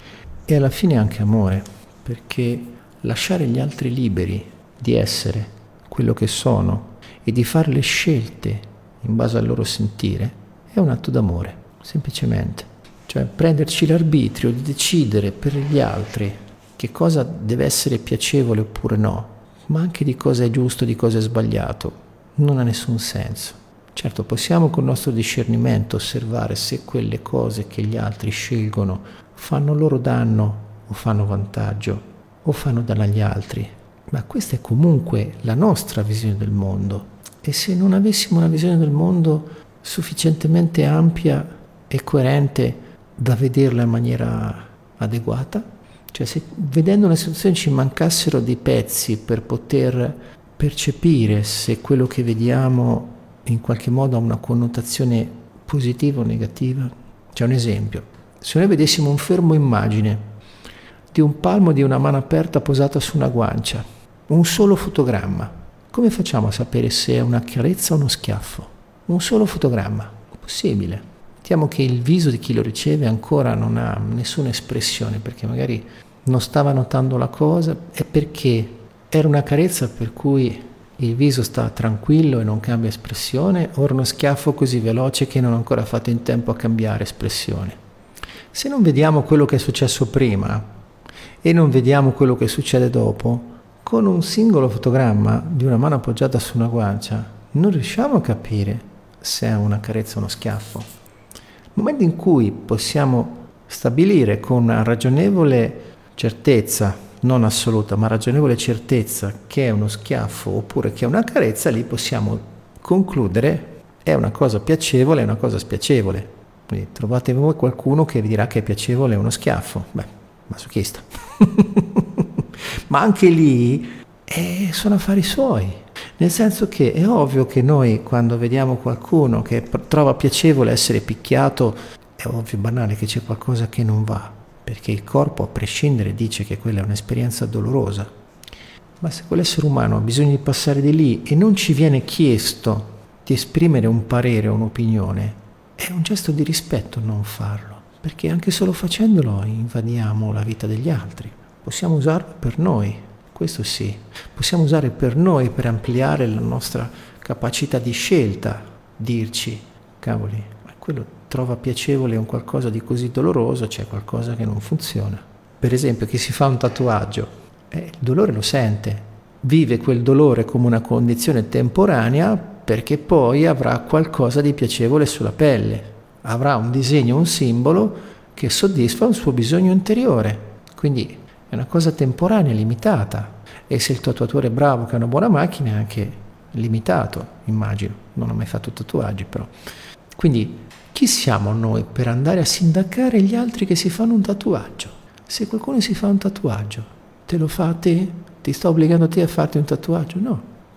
Speaker 1: e alla fine anche amore, perché lasciare gli altri liberi di essere quello che sono e di fare le scelte in base al loro sentire è un atto d'amore, semplicemente. Cioè prenderci l'arbitrio di decidere per gli altri che cosa deve essere piacevole oppure no, ma anche di cosa è giusto, di cosa è sbagliato, non ha nessun senso. Certo, possiamo col nostro discernimento osservare se quelle cose che gli altri scelgono fanno loro danno o fanno vantaggio o fanno danno agli altri, ma questa è comunque la nostra visione del mondo. E se non avessimo una visione del mondo sufficientemente ampia e coerente da vederla in maniera adeguata, cioè se vedendo una situazione ci mancassero dei pezzi per poter percepire se quello che vediamo in qualche modo ha una connotazione positiva o negativa. C'è un esempio: se noi vedessimo un fermo immagine di un palmo di una mano aperta posata su una guancia, un solo fotogramma, come facciamo a sapere se è una carezza o uno schiaffo? Un solo fotogramma, possibile. Mettiamo che il viso di chi lo riceve ancora non ha nessuna espressione, perché magari non stava notando la cosa, è perché era una carezza per cui il viso sta tranquillo e non cambia espressione, o era uno schiaffo così veloce che non ha ancora fatto in tempo a cambiare espressione. Se non vediamo quello che è successo prima e non vediamo quello che succede dopo, con un singolo fotogramma di una mano appoggiata su una guancia non riusciamo a capire se è una carezza o uno schiaffo. Nel momento in cui possiamo stabilire con una ragionevole certezza, non assoluta, ma ragionevole certezza, che è uno schiaffo oppure che è una carezza, lì possiamo concludere è una cosa piacevole, è una cosa spiacevole. Quindi trovate voi qualcuno che vi dirà che è piacevole uno schiaffo. Beh, masochista. Ma anche lì eh, sono affari suoi. Nel senso che è ovvio che noi quando vediamo qualcuno che trova piacevole essere picchiato, è ovvio, banale, che c'è qualcosa che non va. Perché il corpo, a prescindere, dice che quella è un'esperienza dolorosa. Ma se quell'essere umano ha bisogno di passare di lì e non ci viene chiesto di esprimere un parere o un'opinione, è un gesto di rispetto non farlo, perché anche solo facendolo invadiamo la vita degli altri. Possiamo usarlo per noi, questo sì, possiamo usare per noi per ampliare la nostra capacità di scelta, dirci, cavoli, ma quello trova piacevole un qualcosa di così doloroso, c'è qualcosa che non funziona. Per esempio, chi si fa un tatuaggio, eh, il dolore lo sente, vive quel dolore come una condizione temporanea perché poi avrà qualcosa di piacevole sulla pelle, avrà un disegno, un simbolo che soddisfa un suo bisogno interiore, quindi è una cosa temporanea, limitata, e se il tatuatore è bravo, che ha una buona macchina, è anche limitato, immagino, non ho mai fatto tatuaggi però. Quindi chi siamo noi per andare a sindacare gli altri che si fanno un tatuaggio? Se qualcuno si fa un tatuaggio, te lo fa a te? Ti sta obbligando a te a farti un tatuaggio? No,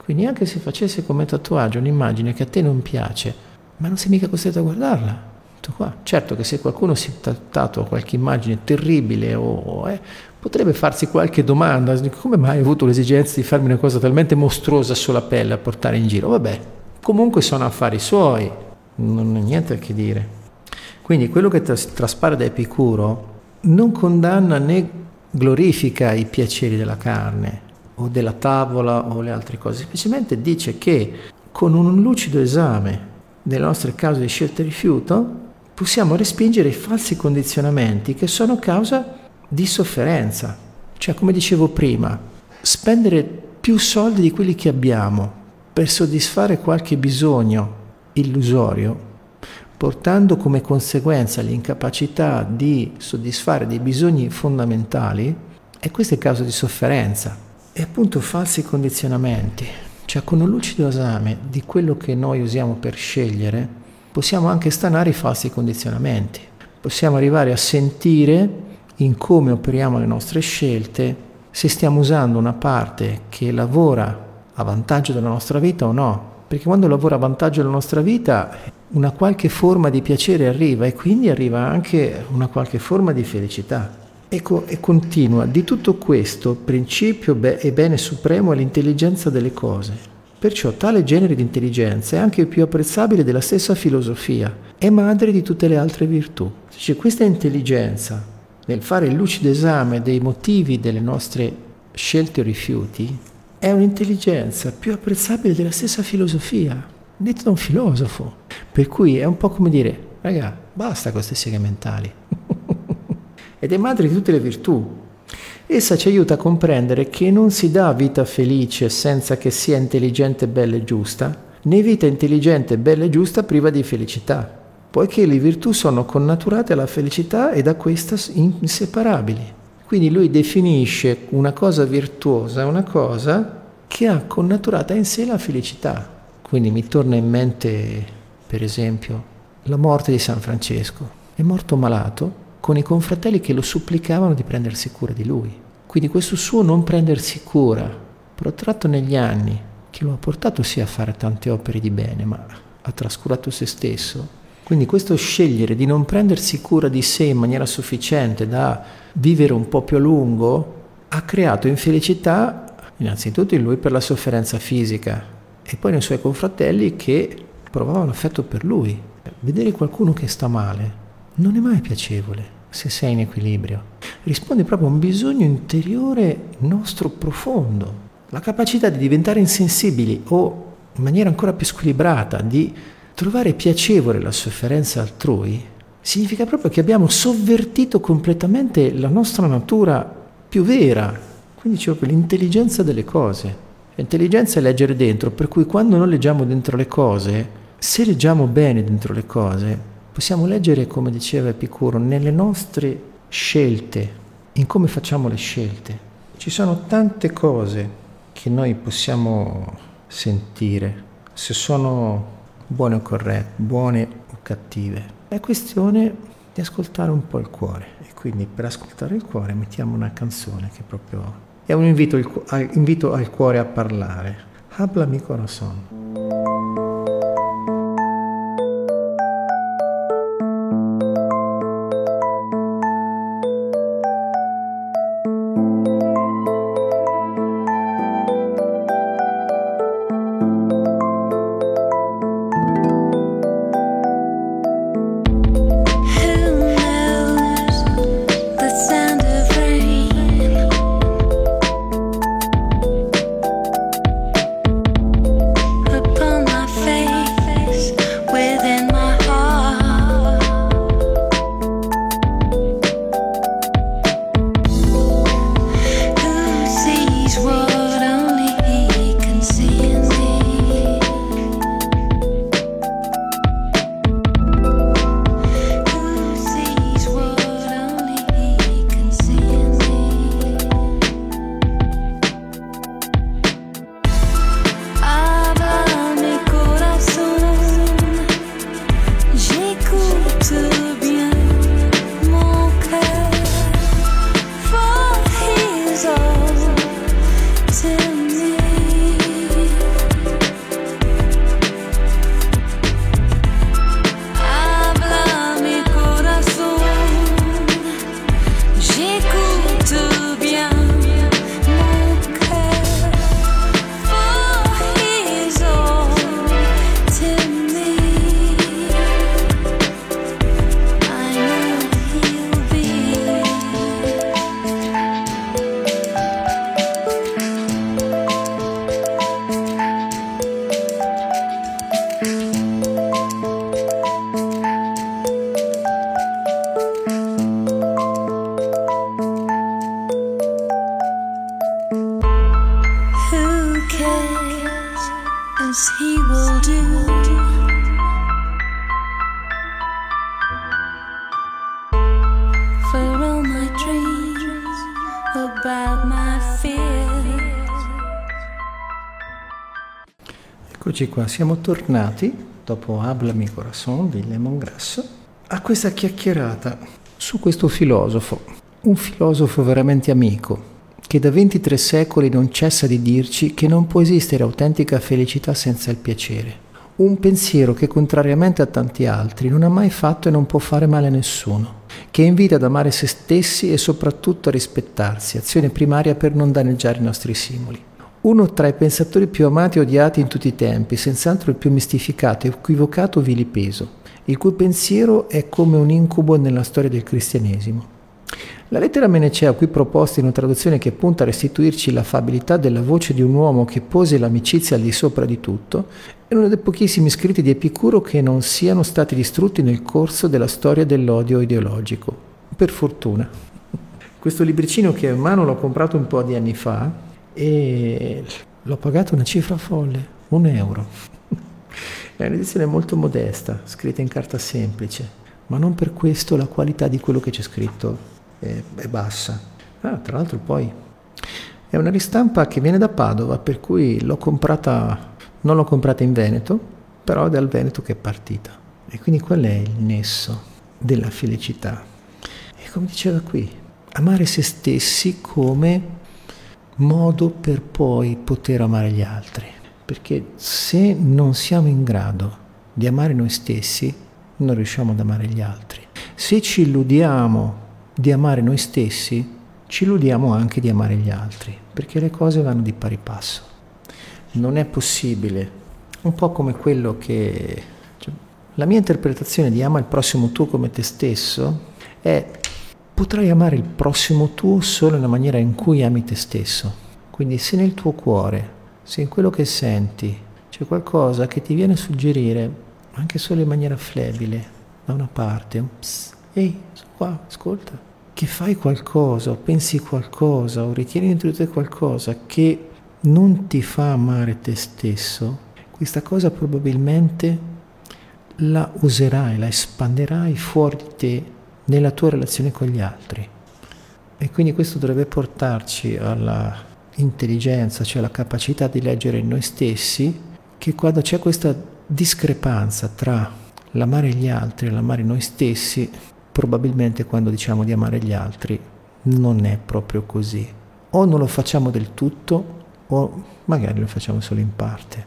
Speaker 1: Quindi anche se facesse come tatuaggio un'immagine che a te non piace, ma non sei mica costretto a guardarla. Tutto qua. Certo che se qualcuno si tatua qualche immagine terribile o eh, potrebbe farsi qualche domanda, come mai hai avuto l'esigenza di farmi una cosa talmente mostruosa sulla pelle a portare in giro? Vabbè, comunque sono affari suoi, non ho niente a che dire. Quindi quello che tras- traspare da Epicuro non condanna né glorifica i piaceri della carne o della tavola o le altre cose, semplicemente dice che con un lucido esame delle nostre cause di scelta e rifiuto possiamo respingere i falsi condizionamenti che sono causa di sofferenza. Cioè, come dicevo prima, spendere più soldi di quelli che abbiamo per soddisfare qualche bisogno illusorio, portando come conseguenza l'incapacità di soddisfare dei bisogni fondamentali, e questo è causa di sofferenza. E appunto falsi condizionamenti. Cioè, con un lucido esame di quello che noi usiamo per scegliere, possiamo anche stanare i falsi condizionamenti. Possiamo arrivare a sentire in come operiamo le nostre scelte, se stiamo usando una parte che lavora a vantaggio della nostra vita o no. Perché quando lavora a vantaggio della nostra vita, una qualche forma di piacere arriva e quindi arriva anche una qualche forma di felicità. Ecco, e continua. Di tutto questo, principio be- e bene supremo è l'intelligenza delle cose. Perciò tale genere di intelligenza è anche più apprezzabile della stessa filosofia, è madre di tutte le altre virtù. Cioè, questa intelligenza nel fare il lucido esame dei motivi delle nostre scelte o rifiuti è un'intelligenza più apprezzabile della stessa filosofia, detto da un filosofo. Per cui è un po' come dire, raga, basta con queste seghe mentali. Ed è madre di tutte le virtù. Essa ci aiuta a comprendere che non si dà vita felice senza che sia intelligente, bella e giusta, né vita intelligente, bella e giusta priva di felicità, poiché le virtù sono connaturate alla felicità e da questa inseparabili. Quindi lui definisce una cosa virtuosa, una cosa che ha connaturata in sé la felicità. Quindi mi torna in mente, per esempio, la morte di San Francesco. È morto malato, con i confratelli che lo supplicavano di prendersi cura di lui. Quindi questo suo non prendersi cura, protratto negli anni, che lo ha portato sì a fare tante opere di bene, ma ha trascurato se stesso. Quindi questo scegliere di non prendersi cura di sé in maniera sufficiente da vivere un po' più a lungo, ha creato infelicità innanzitutto in lui per la sofferenza fisica e poi nei suoi confratelli che provavano affetto per lui. Vedere qualcuno che sta male non è mai piacevole se sei in equilibrio. Risponde proprio a un bisogno interiore nostro profondo. La capacità di diventare insensibili o in maniera ancora più squilibrata di trovare piacevole la sofferenza altrui significa proprio che abbiamo sovvertito completamente la nostra natura più vera. Quindi c'è proprio l'intelligenza delle cose. L'intelligenza è leggere dentro, per cui quando noi leggiamo dentro le cose, se leggiamo bene dentro le cose, possiamo leggere, come diceva Epicuro, nelle nostre scelte, in come facciamo le scelte. Ci sono tante cose che noi possiamo sentire, se sono buone o corrette, buone o cattive. È questione di ascoltare un po' il cuore. E quindi per ascoltare il cuore mettiamo una canzone che proprio è un invito, il, invito al cuore a parlare. Habla mi corazón.
Speaker 5: Who as he will do. For all my dreams about my fears.
Speaker 1: Eccoci qua, siamo tornati dopo Hablami Corazón di Lemongrass a questa chiacchierata su questo filosofo, un filosofo veramente amico, che da ventitré secoli non cessa di dirci che non può esistere autentica felicità senza il piacere. Un pensiero che, contrariamente a tanti altri, non ha mai fatto e non può fare male a nessuno, che invita ad amare se stessi e soprattutto a rispettarsi, azione primaria per non danneggiare i nostri simuli. Uno tra i pensatori più amati e odiati in tutti i tempi, senz'altro il più mistificato, equivocato vilipeso, il cui pensiero è come un incubo nella storia del cristianesimo. La lettera Menecea qui proposta in una traduzione che punta a restituirci l'affabilità della voce di un uomo che pose l'amicizia al di sopra di tutto è uno dei pochissimi scritti di Epicuro che non siano stati distrutti nel corso della storia dell'odio ideologico. Per fortuna. Questo libricino che in mano l'ho comprato un po' di anni fa e l'ho pagato una cifra folle, un euro. È un'edizione molto modesta, scritta in carta semplice, ma non per questo la qualità di quello che c'è scritto è, è bassa. Ah, tra l'altro poi è una ristampa che viene da Padova, per cui l'ho comprata, non l'ho comprata in Veneto, però è dal Veneto che è partita. E quindi qual è il nesso della felicità? E come diceva qui, amare se stessi come modo per poi poter amare gli altri. Perché se non siamo in grado di amare noi stessi, non riusciamo ad amare gli altri. Se ci illudiamo di amare noi stessi, ci illudiamo anche di amare gli altri, perché le cose vanno di pari passo. Non è possibile, un po' come quello che... Cioè, la mia interpretazione di ama il prossimo tuo come te stesso è: potrai amare il prossimo tuo solo nella maniera in cui ami te stesso. Quindi se nel tuo cuore, se in quello che senti c'è qualcosa che ti viene a suggerire, anche solo in maniera flebile, da una parte, un pss, ehi, sono qua, ascolta, che fai qualcosa, o pensi qualcosa, o ritieni dentro di te qualcosa che non ti fa amare te stesso, questa cosa probabilmente la userai, la espanderai fuori di te nella tua relazione con gli altri. E quindi questo dovrebbe portarci alla intelligenza, cioè alla capacità di leggere in noi stessi, che quando c'è questa discrepanza tra l'amare gli altri e l'amare noi stessi, probabilmente quando diciamo di amare gli altri non è proprio così. O non lo facciamo del tutto, o magari lo facciamo solo in parte.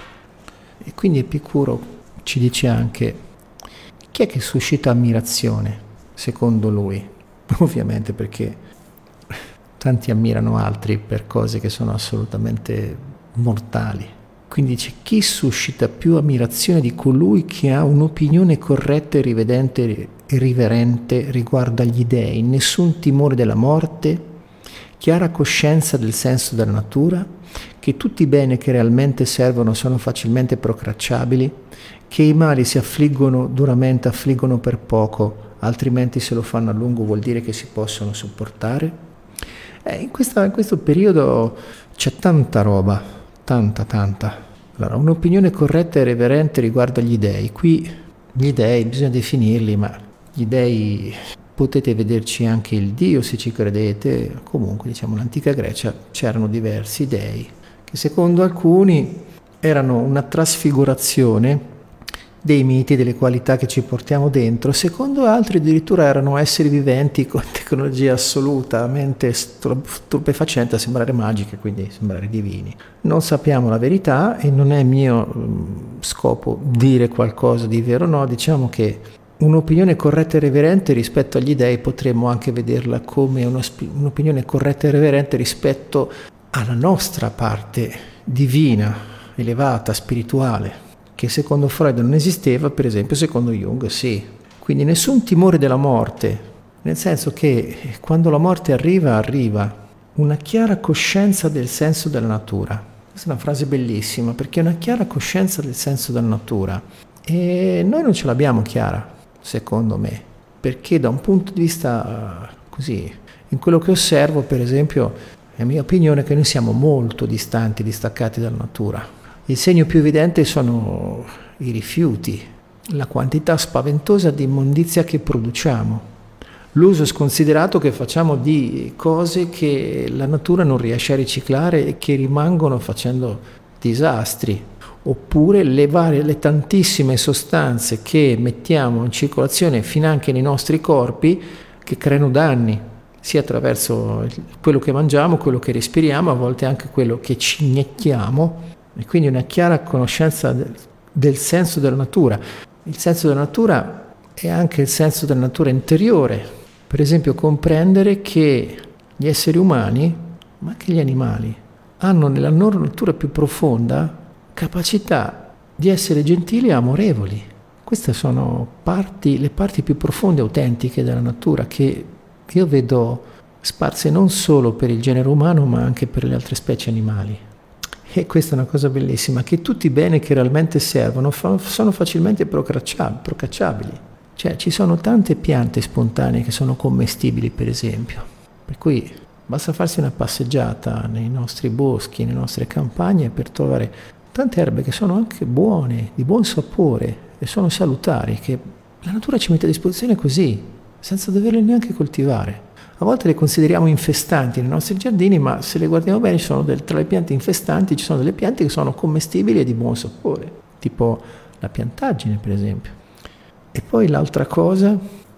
Speaker 1: E quindi Epicuro ci dice anche: chi è che suscita ammirazione secondo lui? Ovviamente perché tanti ammirano altri per cose che sono assolutamente mortali. Quindi dice: chi suscita più ammirazione di colui che ha un'opinione corretta e rivedente e riverente riguardo agli dèi, nessun timore della morte, chiara coscienza del senso della natura, che tutti i beni che realmente servono sono facilmente procacciabili, che i mali si affliggono duramente, affliggono per poco, altrimenti se lo fanno a lungo vuol dire che si possono sopportare. Eh, in, questa, in questo periodo c'è tanta roba, tanta tanta. Allora, un'opinione corretta e reverente riguardo agli dèi. Qui gli dèi bisogna definirli, ma gli dèi potete vederci anche il Dio se ci credete. Comunque, diciamo, nell'antica Grecia c'erano diversi dèi che secondo alcuni erano una trasfigurazione dei miti, delle qualità che ci portiamo dentro, secondo altri addirittura erano esseri viventi con tecnologia assolutamente stupefacente, a sembrare magiche, quindi sembrare divini. Non sappiamo la verità e non è mio mh, scopo dire qualcosa di vero o no. Diciamo che un'opinione corretta e reverente rispetto agli dèi potremmo anche vederla come uno, un'opinione corretta e reverente rispetto alla nostra parte divina, elevata, spirituale, che secondo Freud non esisteva, per esempio secondo Jung sì. Quindi nessun timore della morte, nel senso che quando la morte arriva, arriva una chiara coscienza del senso della natura. Questa è una frase bellissima, perché è una chiara coscienza del senso della natura. E noi non ce l'abbiamo chiara, secondo me, perché da un punto di vista così, in quello che osservo, per esempio, è mia opinione che noi siamo molto distanti, distaccati dalla natura. Il segno più evidente sono i rifiuti, la quantità spaventosa di immondizia che produciamo, l'uso sconsiderato che facciamo di cose che la natura non riesce a riciclare e che rimangono facendo disastri, oppure le varie, le tantissime sostanze che mettiamo in circolazione finanche nei nostri corpi che creano danni, sia attraverso quello che mangiamo, quello che respiriamo, a volte anche quello che ci iniettiamo, e quindi una chiara conoscenza del, del senso della natura. Il senso della natura è anche il senso della natura interiore. Per esempio, comprendere che gli esseri umani, ma anche gli animali, hanno nella loro natura più profonda capacità di essere gentili e amorevoli. Queste sono parti, le parti più profonde e autentiche della natura che io vedo sparse non solo per il genere umano, ma anche per le altre specie animali. E questa è una cosa bellissima, che tutti i beni che realmente servono fa, sono facilmente procacciabili. Cioè, ci sono tante piante spontanee che sono commestibili, per esempio. Per cui basta farsi una passeggiata nei nostri boschi, nelle nostre campagne, per trovare tante erbe che sono anche buone, di buon sapore e sono salutari, che la natura ci mette a disposizione così, senza doverle neanche coltivare. A volte le consideriamo infestanti nei nostri giardini, ma se le guardiamo bene, ci sono del, tra le piante infestanti ci sono delle piante che sono commestibili e di buon sapore, tipo la piantaggine, per esempio. E poi l'altra cosa,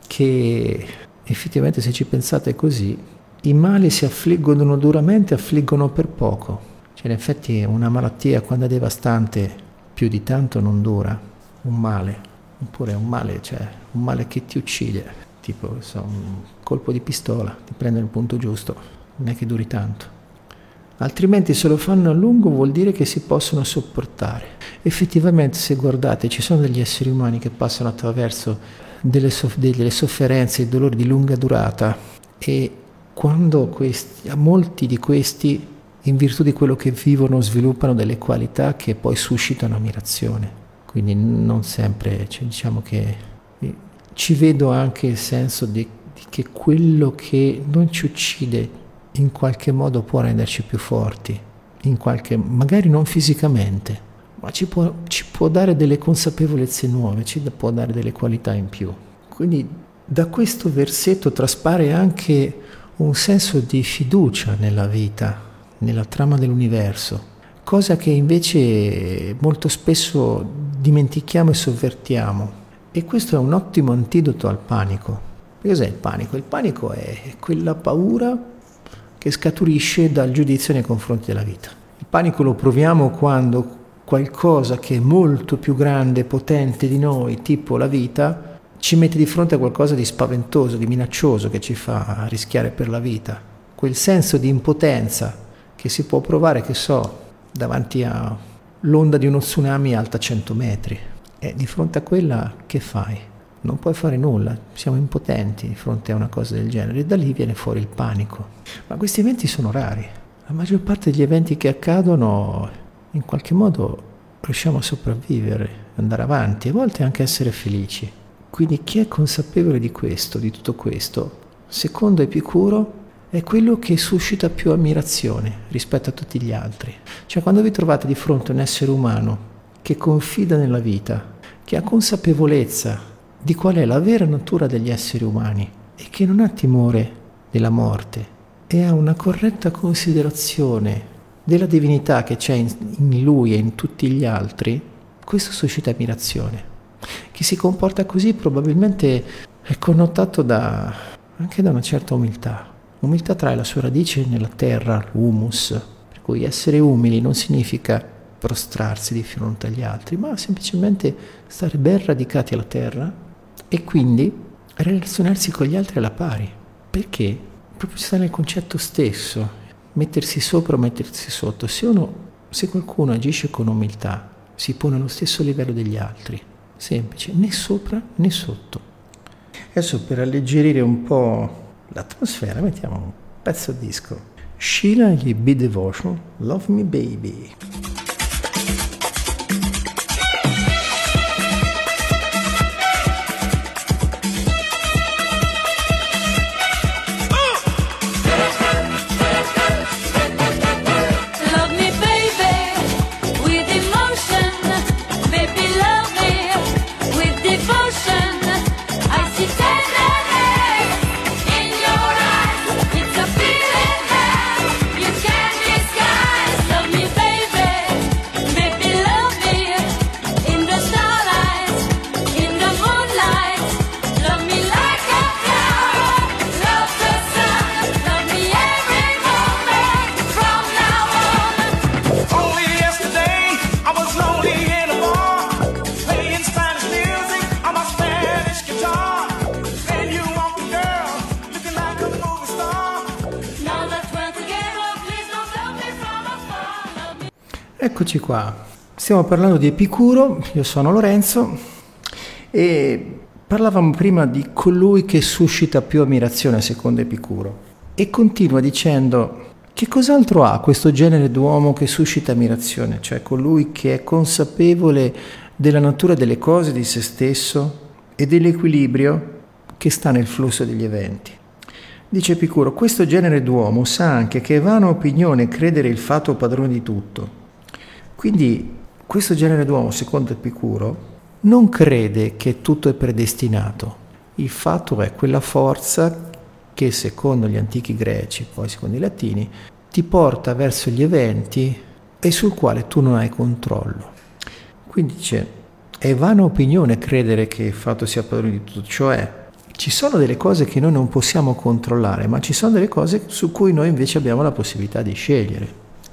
Speaker 1: che effettivamente se ci pensate così, i mali si affliggono duramente, affliggono per poco. Cioè, in effetti una malattia, quando è devastante, più di tanto non dura. Un male, oppure un male, cioè un male che ti uccide, tipo so, un colpo di pistola, ti prende il punto giusto, non è che duri tanto. Altrimenti, se lo fanno a lungo, vuol dire che si possono sopportare. Effettivamente, se guardate, ci sono degli esseri umani che passano attraverso delle, soff- delle sofferenze e dolori di lunga durata, e quando questi, a molti di questi, in virtù di quello che vivono, sviluppano delle qualità che poi suscitano ammirazione. Quindi non sempre, cioè, diciamo che ci vedo anche il senso di, di che quello che non ci uccide in qualche modo può renderci più forti, in qualche, magari non fisicamente, ma ci può, ci può dare delle consapevolezze nuove, ci può dare delle qualità in più. Quindi da questo versetto traspare anche un senso di fiducia nella vita, nella trama dell'universo, cosa che invece molto spesso dimentichiamo e sovvertiamo. E questo è un ottimo antidoto al panico. Cos'è il panico? Il panico è quella paura che scaturisce dal giudizio nei confronti della vita. Il panico lo proviamo quando qualcosa che è molto più grande, potente di noi, tipo la vita, ci mette di fronte a qualcosa di spaventoso, di minaccioso, che ci fa rischiare per la vita. Quel senso di impotenza che si può provare, che so, davanti all'onda di uno tsunami alta cento metri. E di fronte a quella che fai? Non puoi fare nulla, siamo impotenti di fronte a una cosa del genere, e da lì viene fuori il panico. Ma questi eventi sono rari. La maggior parte degli eventi che accadono, in qualche modo riusciamo a sopravvivere, andare avanti, e a volte anche essere felici. Quindi chi è consapevole di questo, di tutto questo, secondo Epicuro, è quello che suscita più ammirazione rispetto a tutti gli altri. Cioè, quando vi trovate di fronte a un essere umano che confida nella vita, che ha consapevolezza di qual è la vera natura degli esseri umani e che non ha timore della morte e ha una corretta considerazione della divinità che c'è in, in lui e in tutti gli altri, questo suscita ammirazione. Chi si comporta così probabilmente è connotato da, anche da una certa umiltà. Umiltà trae la sua radice nella terra, l'humus, per cui essere umili non significa prostrarsi di fronte agli altri, ma semplicemente stare ben radicati alla terra e quindi relazionarsi con gli altri alla pari. Perché? Proprio sta nel concetto stesso, mettersi sopra o mettersi sotto. Se uno, se qualcuno agisce con umiltà, si pone allo stesso livello degli altri. Semplice, né sopra né sotto. Adesso, per alleggerire un po' l'atmosfera, mettiamo un pezzo di disco. Sheila e gli Be Devotion, Love Me Baby.
Speaker 5: Love me, baby, with emotion.
Speaker 1: Eccoci qua, stiamo parlando di Epicuro, io sono Lorenzo e parlavamo prima di colui che suscita più ammirazione secondo Epicuro e continua dicendo che cos'altro ha questo genere d'uomo che suscita ammirazione, cioè colui che è consapevole della natura delle cose, di se stesso e dell'equilibrio che sta nel flusso degli eventi. Dice Epicuro, questo genere d'uomo sa anche che è vana opinione credere il fatto padrone di tutto. Quindi questo genere d'uomo, secondo Epicuro, non crede che tutto è predestinato. Il fatto è quella forza che, secondo gli antichi greci, poi secondo i latini, ti porta verso gli eventi e sul quale tu non hai controllo. Quindi dice, è vana opinione credere che il fatto sia padrone di tutto, cioè ci sono delle cose che noi non possiamo controllare, ma ci sono delle cose su cui noi invece abbiamo la possibilità di scegliere.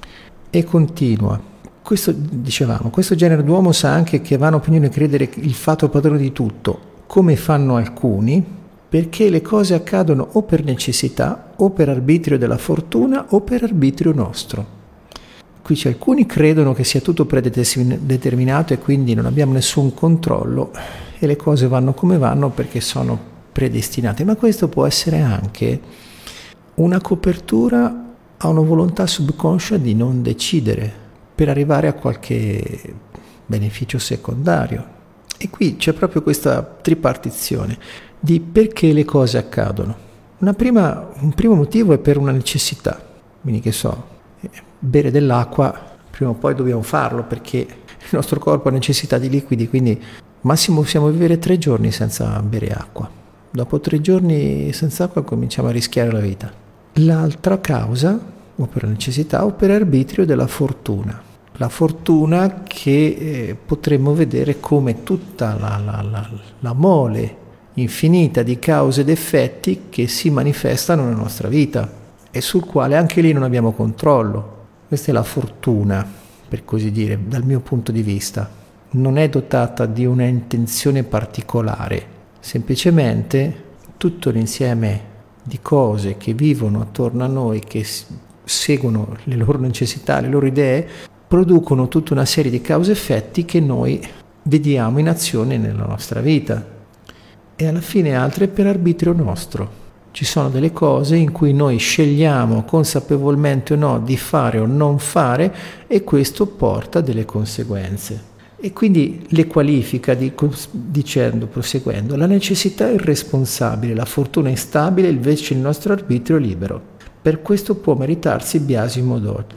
Speaker 1: E continua. Questo, dicevamo, questo genere d'uomo sa anche che è vana opinione credere il fatto padrone di tutto, come fanno alcuni, perché le cose accadono o per necessità, o per arbitrio della fortuna, o per arbitrio nostro. Qui c'è alcuni credono che sia tutto predeterminato e quindi non abbiamo nessun controllo e le cose vanno come vanno perché sono predestinate, ma questo può essere anche una copertura a una volontà subconscia di non decidere per arrivare a qualche beneficio secondario. E qui c'è proprio questa tripartizione di perché le cose accadono. Una prima, un primo motivo è per una necessità, quindi che so, bere dell'acqua, prima o poi dobbiamo farlo perché il nostro corpo ha necessità di liquidi, quindi massimo possiamo vivere tre giorni senza bere acqua. Dopo tre giorni senza acqua cominciamo a rischiare la vita. L'altra causa, o per necessità o per arbitrio della fortuna. La fortuna che eh, potremmo vedere come tutta la, la, la, la mole infinita di cause ed effetti che si manifestano nella nostra vita e sul quale anche lì non abbiamo controllo. Questa è la fortuna, per così dire, dal mio punto di vista. Non è dotata di una intenzione particolare, semplicemente tutto l'insieme di cose che vivono attorno a noi, che seguono le loro necessità, le loro idee, producono tutta una serie di cause-effetti che noi vediamo in azione nella nostra vita. E alla fine altre per arbitrio nostro. Ci sono delle cose in cui noi scegliamo consapevolmente o no di fare o non fare e questo porta delle conseguenze. E quindi le qualifica di, dicendo, proseguendo, la necessità è irresponsabile, la fortuna è instabile, invece il nostro arbitrio è libero. Per questo può meritarsi biasimo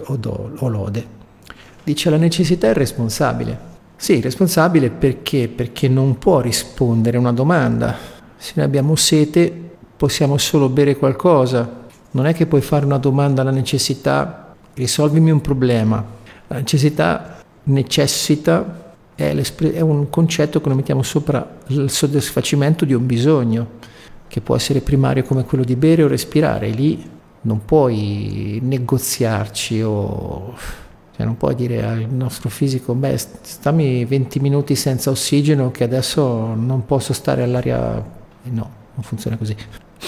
Speaker 1: o lode. Dice la necessità è responsabile. Sì, responsabile perché? Perché non può rispondere a una domanda. Se noi abbiamo sete possiamo solo bere qualcosa. Non è che puoi fare una domanda alla necessità, risolvimi un problema. La necessità necessita è, è un concetto che noi mettiamo sopra il soddisfacimento di un bisogno, che può essere primario come quello di bere o respirare. Lì non puoi negoziarci o cioè non puoi dire al nostro fisico beh stammi venti minuti senza ossigeno che adesso non posso stare all'aria. No, non funziona così.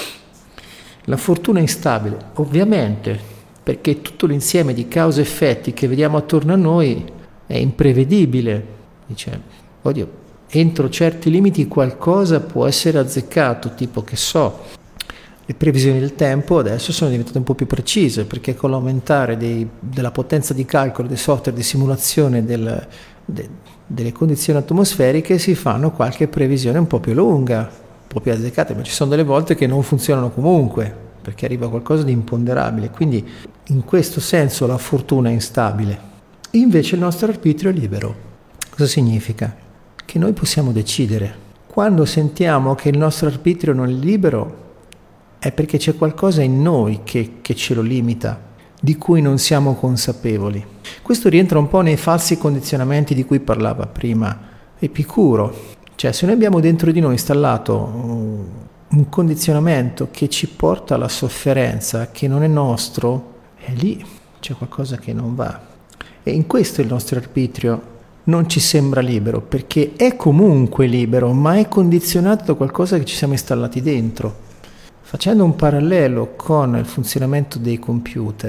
Speaker 1: La fortuna è instabile, ovviamente, perché tutto l'insieme di cause e effetti che vediamo attorno a noi è imprevedibile. Dice, oddio, entro certi limiti qualcosa può essere azzeccato, tipo che so, le previsioni del tempo adesso sono diventate un po' più precise perché con l'aumentare dei, della potenza di calcolo dei software di simulazione del, de, delle condizioni atmosferiche si fanno qualche previsione un po' più lunga, un po' più azzeccate, ma ci sono delle volte che non funzionano comunque perché arriva qualcosa di imponderabile, quindi in questo senso la fortuna è instabile. Invece il nostro arbitrio è libero. Cosa significa? Che noi possiamo decidere. Quando sentiamo che il nostro arbitrio non è libero è perché c'è qualcosa in noi che, che ce lo limita, di cui non siamo consapevoli. Questo rientra un po' nei falsi condizionamenti di cui parlava prima Epicuro. Cioè, se noi abbiamo dentro di noi installato un condizionamento che ci porta alla sofferenza, che non è nostro, e lì c'è qualcosa che non va. E in questo il nostro arbitrio non ci sembra libero, perché è comunque libero, ma è condizionato da qualcosa che ci siamo installati dentro. Facendo un parallelo con il funzionamento dei computer,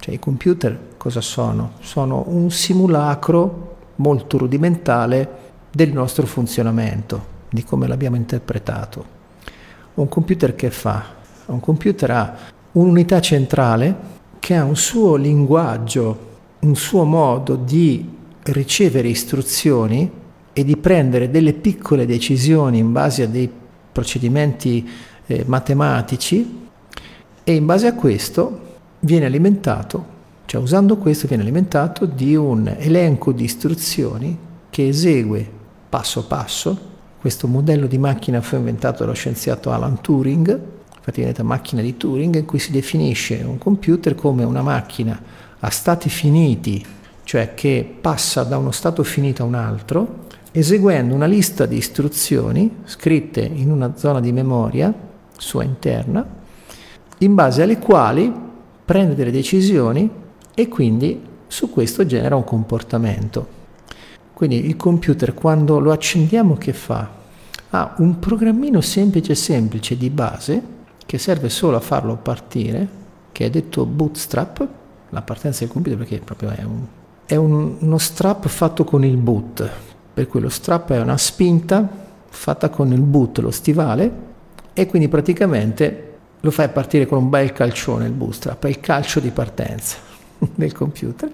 Speaker 1: Cioè i computer cosa sono? Sono un simulacro molto rudimentale del nostro funzionamento, di come l'abbiamo interpretato. Un computer che fa? Un computer ha un'unità centrale che ha un suo linguaggio, un suo modo di ricevere istruzioni e di prendere delle piccole decisioni in base a dei procedimenti eh, matematici, e in base a questo viene alimentato, cioè usando questo viene alimentato di un elenco di istruzioni che esegue passo passo. Questo modello di macchina fu inventato dallo scienziato Alan Turing, infatti diventa macchina di Turing, in cui si definisce un computer come una macchina a stati finiti, cioè che passa da uno stato finito a un altro, eseguendo una lista di istruzioni scritte in una zona di memoria sua interna, in base alle quali prende delle decisioni e quindi su questo genera un comportamento. Quindi il computer, quando lo accendiamo, che fa? Ha un programmino semplice semplice di base che serve solo a farlo partire, che è detto bootstrap, la partenza del computer, perché proprio è, un, è un, uno strap fatto con il boot, per cui lo strap è una spinta fatta con il boot, lo stivale, e quindi praticamente lo fai partire con un bel calcione. Il bootstrap è il calcio di partenza del computer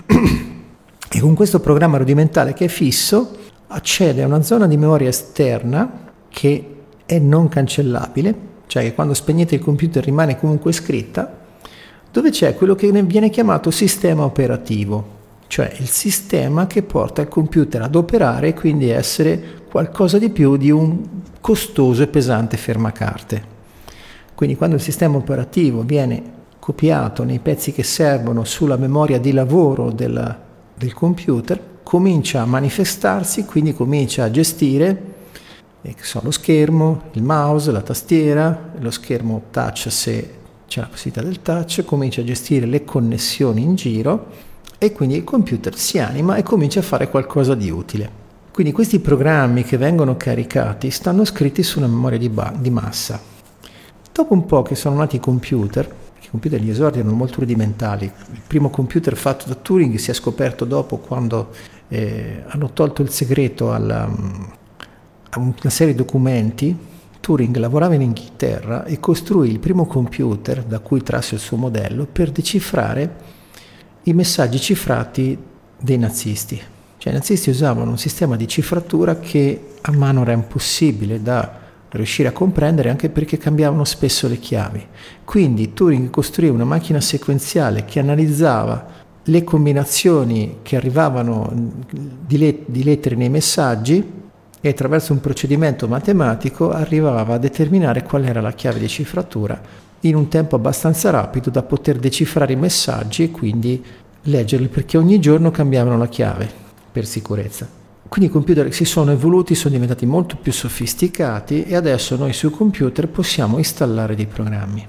Speaker 1: e con questo programma rudimentale che è fisso accede a una zona di memoria esterna che è non cancellabile, cioè che quando spegnete il computer rimane comunque scritta, dove c'è quello che viene chiamato sistema operativo, cioè il sistema che porta il computer ad operare e quindi essere qualcosa di più di un costoso e pesante fermacarte. Quindi quando il sistema operativo viene copiato nei pezzi che servono sulla memoria di lavoro del, del computer, comincia a manifestarsi, quindi comincia a gestire eh, che so, lo schermo, il mouse, la tastiera, lo schermo touch se c'è la possibilità del touch, comincia a gestire le connessioni in giro e quindi il computer si anima e comincia a fare qualcosa di utile. Quindi questi programmi che vengono caricati stanno scritti su una memoria di, ba- di massa. Dopo un po' che sono nati i computer, i computer gli esordi erano molto rudimentali. Il primo computer fatto da Turing si è scoperto dopo, quando eh, hanno tolto il segreto alla, a una serie di documenti. Turing lavorava in Inghilterra e costruì il primo computer, da cui trasse il suo modello, per decifrare i messaggi cifrati dei nazisti. Cioè i nazisti usavano un sistema di cifratura che a mano era impossibile da riuscire a comprendere, anche perché cambiavano spesso le chiavi. Quindi Turing costruì una macchina sequenziale che analizzava le combinazioni che arrivavano di, let- di lettere nei messaggi e attraverso un procedimento matematico arrivava a determinare qual era la chiave di cifratura in un tempo abbastanza rapido da poter decifrare i messaggi e quindi leggerli, perché ogni giorno cambiavano la chiave per sicurezza. Quindi i computer si sono evoluti, sono diventati molto più sofisticati e adesso noi sui computer possiamo installare dei programmi.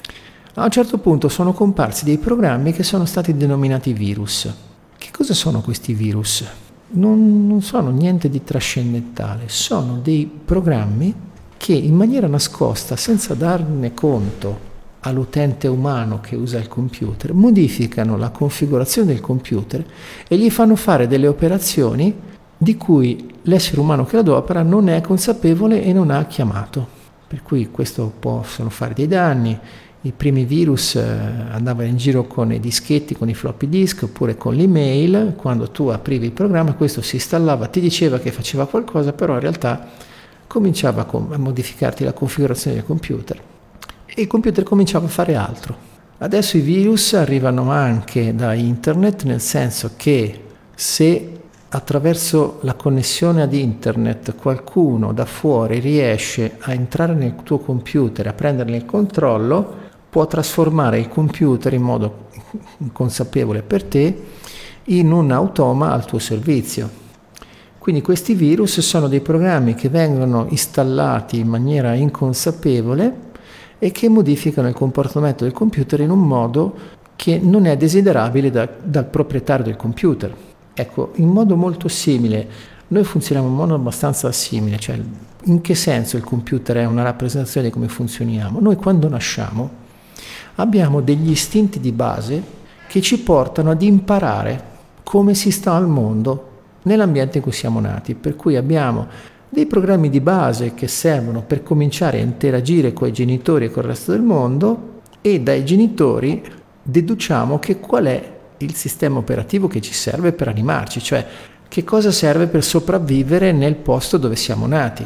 Speaker 1: A un certo punto sono comparsi dei programmi che sono stati denominati virus. Che cosa sono questi virus? Non, non sono niente di trascendentale, sono dei programmi che in maniera nascosta, senza darne conto all'utente umano che usa il computer, modificano la configurazione del computer e gli fanno fare delle operazioni di cui l'essere umano che la adopera non è consapevole e non ha chiamato. Per cui questo possono fare dei danni. I primi virus eh, andavano in giro con i dischetti, con i floppy disk oppure con l'email. Quando tu aprivi il programma, questo si installava, ti diceva che faceva qualcosa, però in realtà cominciava a modificarti la configurazione del computer e il computer cominciava a fare altro. Adesso i virus arrivano anche da internet, nel senso che se attraverso la connessione ad internet qualcuno da fuori riesce a entrare nel tuo computer, a prenderne il controllo, può trasformare il computer in modo inconsapevole per te in un automa al tuo servizio. Quindi questi virus sono dei programmi che vengono installati in maniera inconsapevole e che modificano il comportamento del computer in un modo che non è desiderabile da, dal proprietario del computer. Ecco, in modo molto simile, noi funzioniamo in modo abbastanza simile, cioè in che senso il computer è una rappresentazione di come funzioniamo? Noi quando nasciamo abbiamo degli istinti di base che ci portano ad imparare come si sta al mondo nell'ambiente in cui siamo nati, per cui abbiamo dei programmi di base che servono per cominciare a interagire con i genitori e con il resto del mondo, e dai genitori deduciamo che qual è il sistema operativo che ci serve per animarci, cioè che cosa serve per sopravvivere nel posto dove siamo nati.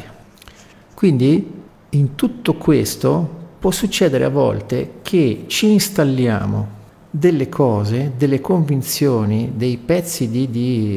Speaker 1: Quindi in tutto questo può succedere a volte che ci installiamo delle cose, delle convinzioni, dei pezzi di,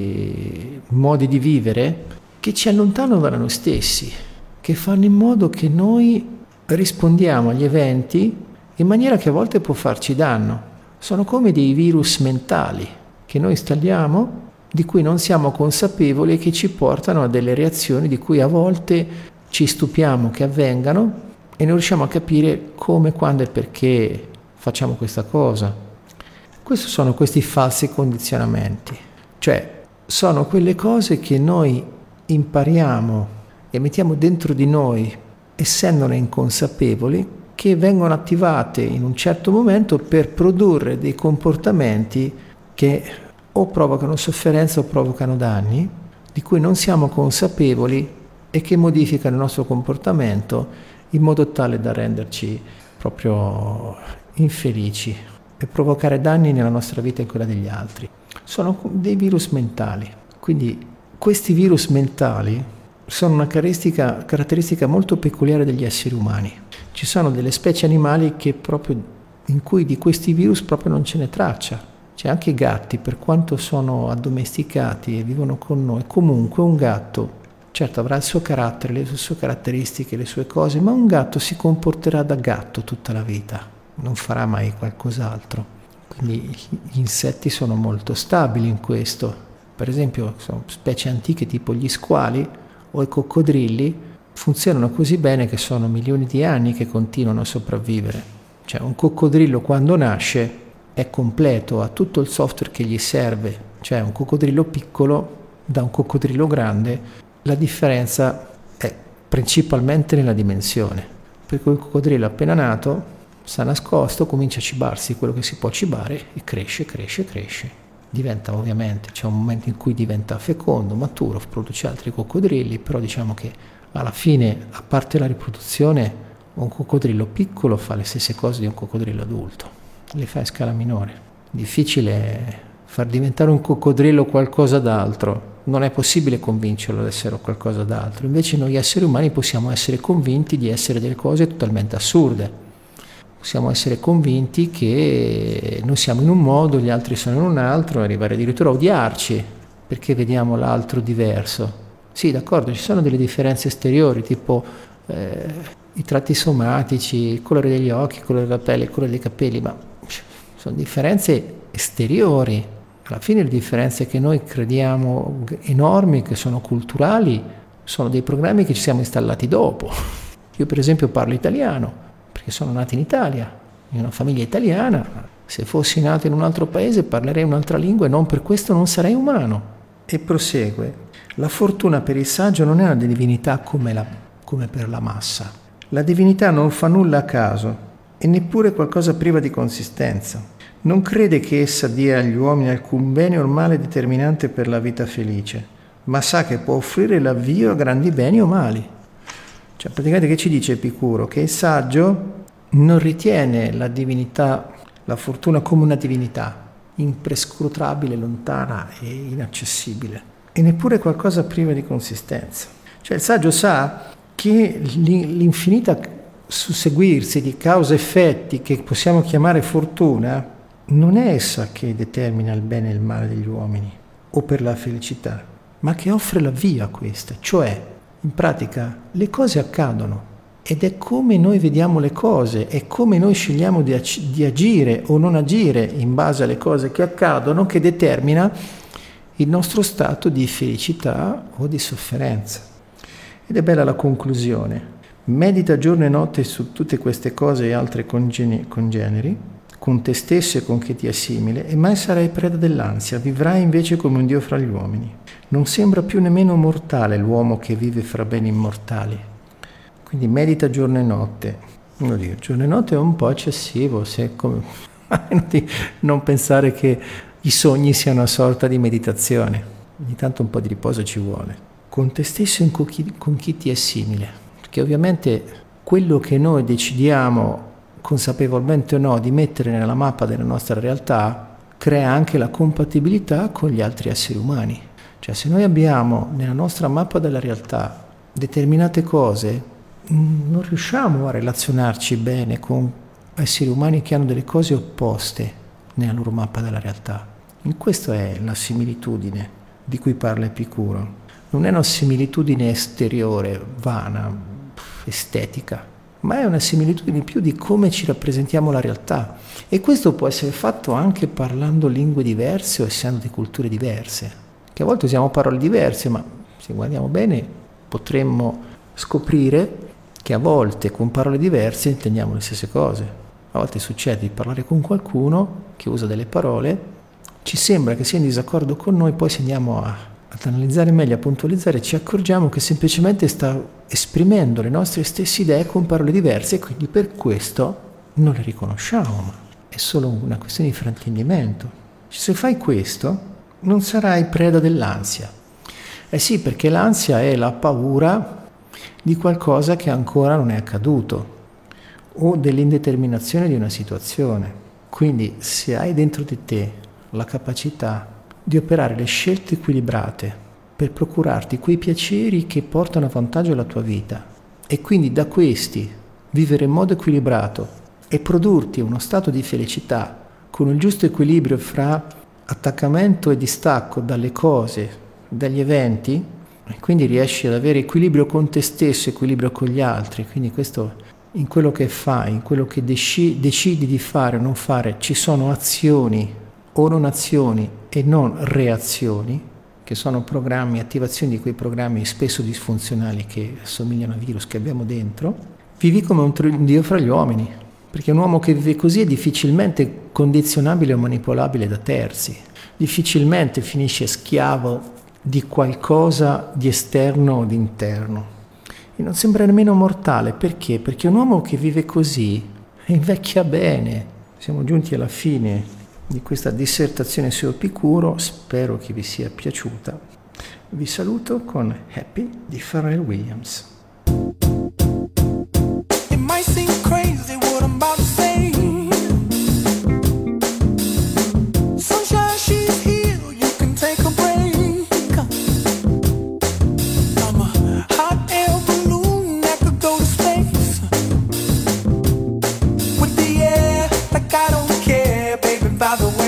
Speaker 1: di modi di vivere che ci allontanano da noi stessi, che fanno in modo che noi rispondiamo agli eventi in maniera che a volte può farci danno. Sono come dei virus mentali che noi installiamo, di cui non siamo consapevoli e che ci portano a delle reazioni di cui a volte ci stupiamo che avvengano e non riusciamo a capire come, quando e perché facciamo questa cosa. Questi sono questi falsi condizionamenti, cioè sono quelle cose che noi impariamo e mettiamo dentro di noi, essendone inconsapevoli, che vengono attivate in un certo momento per produrre dei comportamenti che o provocano sofferenza o provocano danni, di cui non siamo consapevoli e che modificano il nostro comportamento in modo tale da renderci proprio infelici e provocare danni nella nostra vita e in quella degli altri. Sono dei virus mentali. Quindi questi virus mentali sono una caratteristica, caratteristica molto peculiare degli esseri umani. Ci sono delle specie animali che proprio, in cui di questi virus proprio non ce n'è traccia. C'è anche i gatti, per quanto sono addomesticati e vivono con noi, comunque un gatto, certo avrà il suo carattere, le sue caratteristiche, le sue cose, ma un gatto si comporterà da gatto tutta la vita, non farà mai qualcos'altro. Quindi gli insetti sono molto stabili in questo. Per esempio, sono specie antiche tipo gli squali o i coccodrilli, funzionano così bene che sono milioni di anni che continuano a sopravvivere. Cioè un coccodrillo quando nasce è completo, ha tutto il software che gli serve, cioè un coccodrillo piccolo da un coccodrillo grande, la differenza è principalmente nella dimensione, per cui il coccodrillo appena nato sta nascosto, comincia a cibarsi quello che si può cibare e cresce, cresce, cresce, diventa ovviamente, c'è un momento in cui diventa fecondo, maturo, produce altri coccodrilli, però diciamo che alla fine, a parte la riproduzione, un coccodrillo piccolo fa le stesse cose di un coccodrillo adulto, le fa a scala minore. Difficile far diventare un coccodrillo qualcosa d'altro, non è possibile convincerlo ad essere qualcosa d'altro. Invece noi esseri umani possiamo essere convinti di essere delle cose totalmente assurde, possiamo essere convinti che noi siamo in un modo, gli altri sono in un altro, arrivare addirittura a odiarci perché vediamo l'altro diverso. Sì, d'accordo, ci sono delle differenze esteriori, tipo eh, i tratti somatici, il colore degli occhi, il colore della pelle, il colore dei capelli, ma sono differenze esteriori. Alla fine le differenze che noi crediamo enormi, che sono culturali, sono dei programmi che ci siamo installati dopo. Io per esempio parlo italiano, perché sono nato in Italia, in una famiglia italiana. Se fossi nato in un altro paese parlerei un'altra lingua e non per questo non sarei umano. E prosegue. La fortuna per il saggio non è una divinità come, la, come per la massa. La divinità non fa nulla a caso e neppure qualcosa priva di consistenza. Non crede che essa dia agli uomini alcun bene o male determinante per la vita felice, ma sa che può offrire l'avvio a grandi beni o mali. Cioè praticamente che ci dice Epicuro? Che il saggio non ritiene la divinità, la fortuna come una divinità imprescrutabile, lontana e inaccessibile, e neppure qualcosa priva di consistenza. Cioè il saggio sa che l'infinita susseguirsi di causa-effetti che possiamo chiamare fortuna non è essa che determina il bene e il male degli uomini o per la felicità, ma che offre la via a queste. Cioè, in pratica, le cose accadono ed è come noi vediamo le cose, è come noi scegliamo di, ag- di agire o non agire in base alle cose che accadono che determina il nostro stato di felicità o di sofferenza. Ed è bella la conclusione. Medita giorno e notte su tutte queste cose e altre congeni- congeneri, con te stesso e con chi ti è simile, e mai sarai preda dell'ansia, vivrai invece come un Dio fra gli uomini. Non sembra più nemmeno mortale l'uomo che vive fra beni immortali. Quindi medita giorno e notte. Devo dire, giorno e notte è un po' eccessivo, se come Non pensare che i sogni siano una sorta di meditazione. Ogni tanto un po' di riposo ci vuole. Con te stesso e con chi, con chi ti è simile. Perché ovviamente quello che noi decidiamo, consapevolmente o no, di mettere nella mappa della nostra realtà, crea anche la compatibilità con gli altri esseri umani. Cioè, se noi abbiamo nella nostra mappa della realtà determinate cose, non riusciamo a relazionarci bene con esseri umani che hanno delle cose opposte nella loro mappa della realtà. In questo è la similitudine di cui parla Epicuro. Non è una similitudine esteriore, vana, estetica, ma è una similitudine più di come ci rappresentiamo la realtà. E questo può essere fatto anche parlando lingue diverse o essendo di culture diverse, che a volte usiamo parole diverse, ma se guardiamo bene potremmo scoprire che a volte con parole diverse intendiamo le stesse cose. A volte succede di parlare con qualcuno che usa delle parole, ci sembra che sia in disaccordo con noi, poi se andiamo a, ad analizzare meglio, a puntualizzare, ci accorgiamo che semplicemente sta esprimendo le nostre stesse idee con parole diverse e quindi per questo non le riconosciamo, ma è solo una questione di fraintendimento. Se fai questo non sarai preda dell'ansia. Eh sì, perché l'ansia è la paura di qualcosa che ancora non è accaduto o dell'indeterminazione di una situazione. Quindi se hai dentro di te la capacità di operare le scelte equilibrate per procurarti quei piaceri che portano a vantaggio la tua vita e quindi da questi vivere in modo equilibrato e produrti uno stato di felicità con il giusto equilibrio fra attaccamento e distacco dalle cose, dagli eventi, e quindi riesci ad avere equilibrio con te stesso, equilibrio con gli altri. Quindi questo, in quello che fai, in quello che deci- decidi di fare o non fare, ci sono azioni o non azioni e non reazioni, che sono programmi, attivazioni di quei programmi spesso disfunzionali che somigliano a virus che abbiamo dentro. Vivi come un dio fra gli uomini, perché un uomo che vive così è difficilmente condizionabile o manipolabile da terzi, difficilmente finisce schiavo di qualcosa di esterno o di interno. E non sembra nemmeno mortale. Perché? Perché un uomo che vive così invecchia bene. Siamo giunti alla fine di questa dissertazione su Epicuro, spero che vi sia piaciuta. Vi saluto con Happy di Pharrell Williams.
Speaker 3: It might seem crazy what I'm about to say. Sunshine, she's here, you can take a break. I'm a hot air balloon that could go to space. With the air, like I don't care, baby, by the way.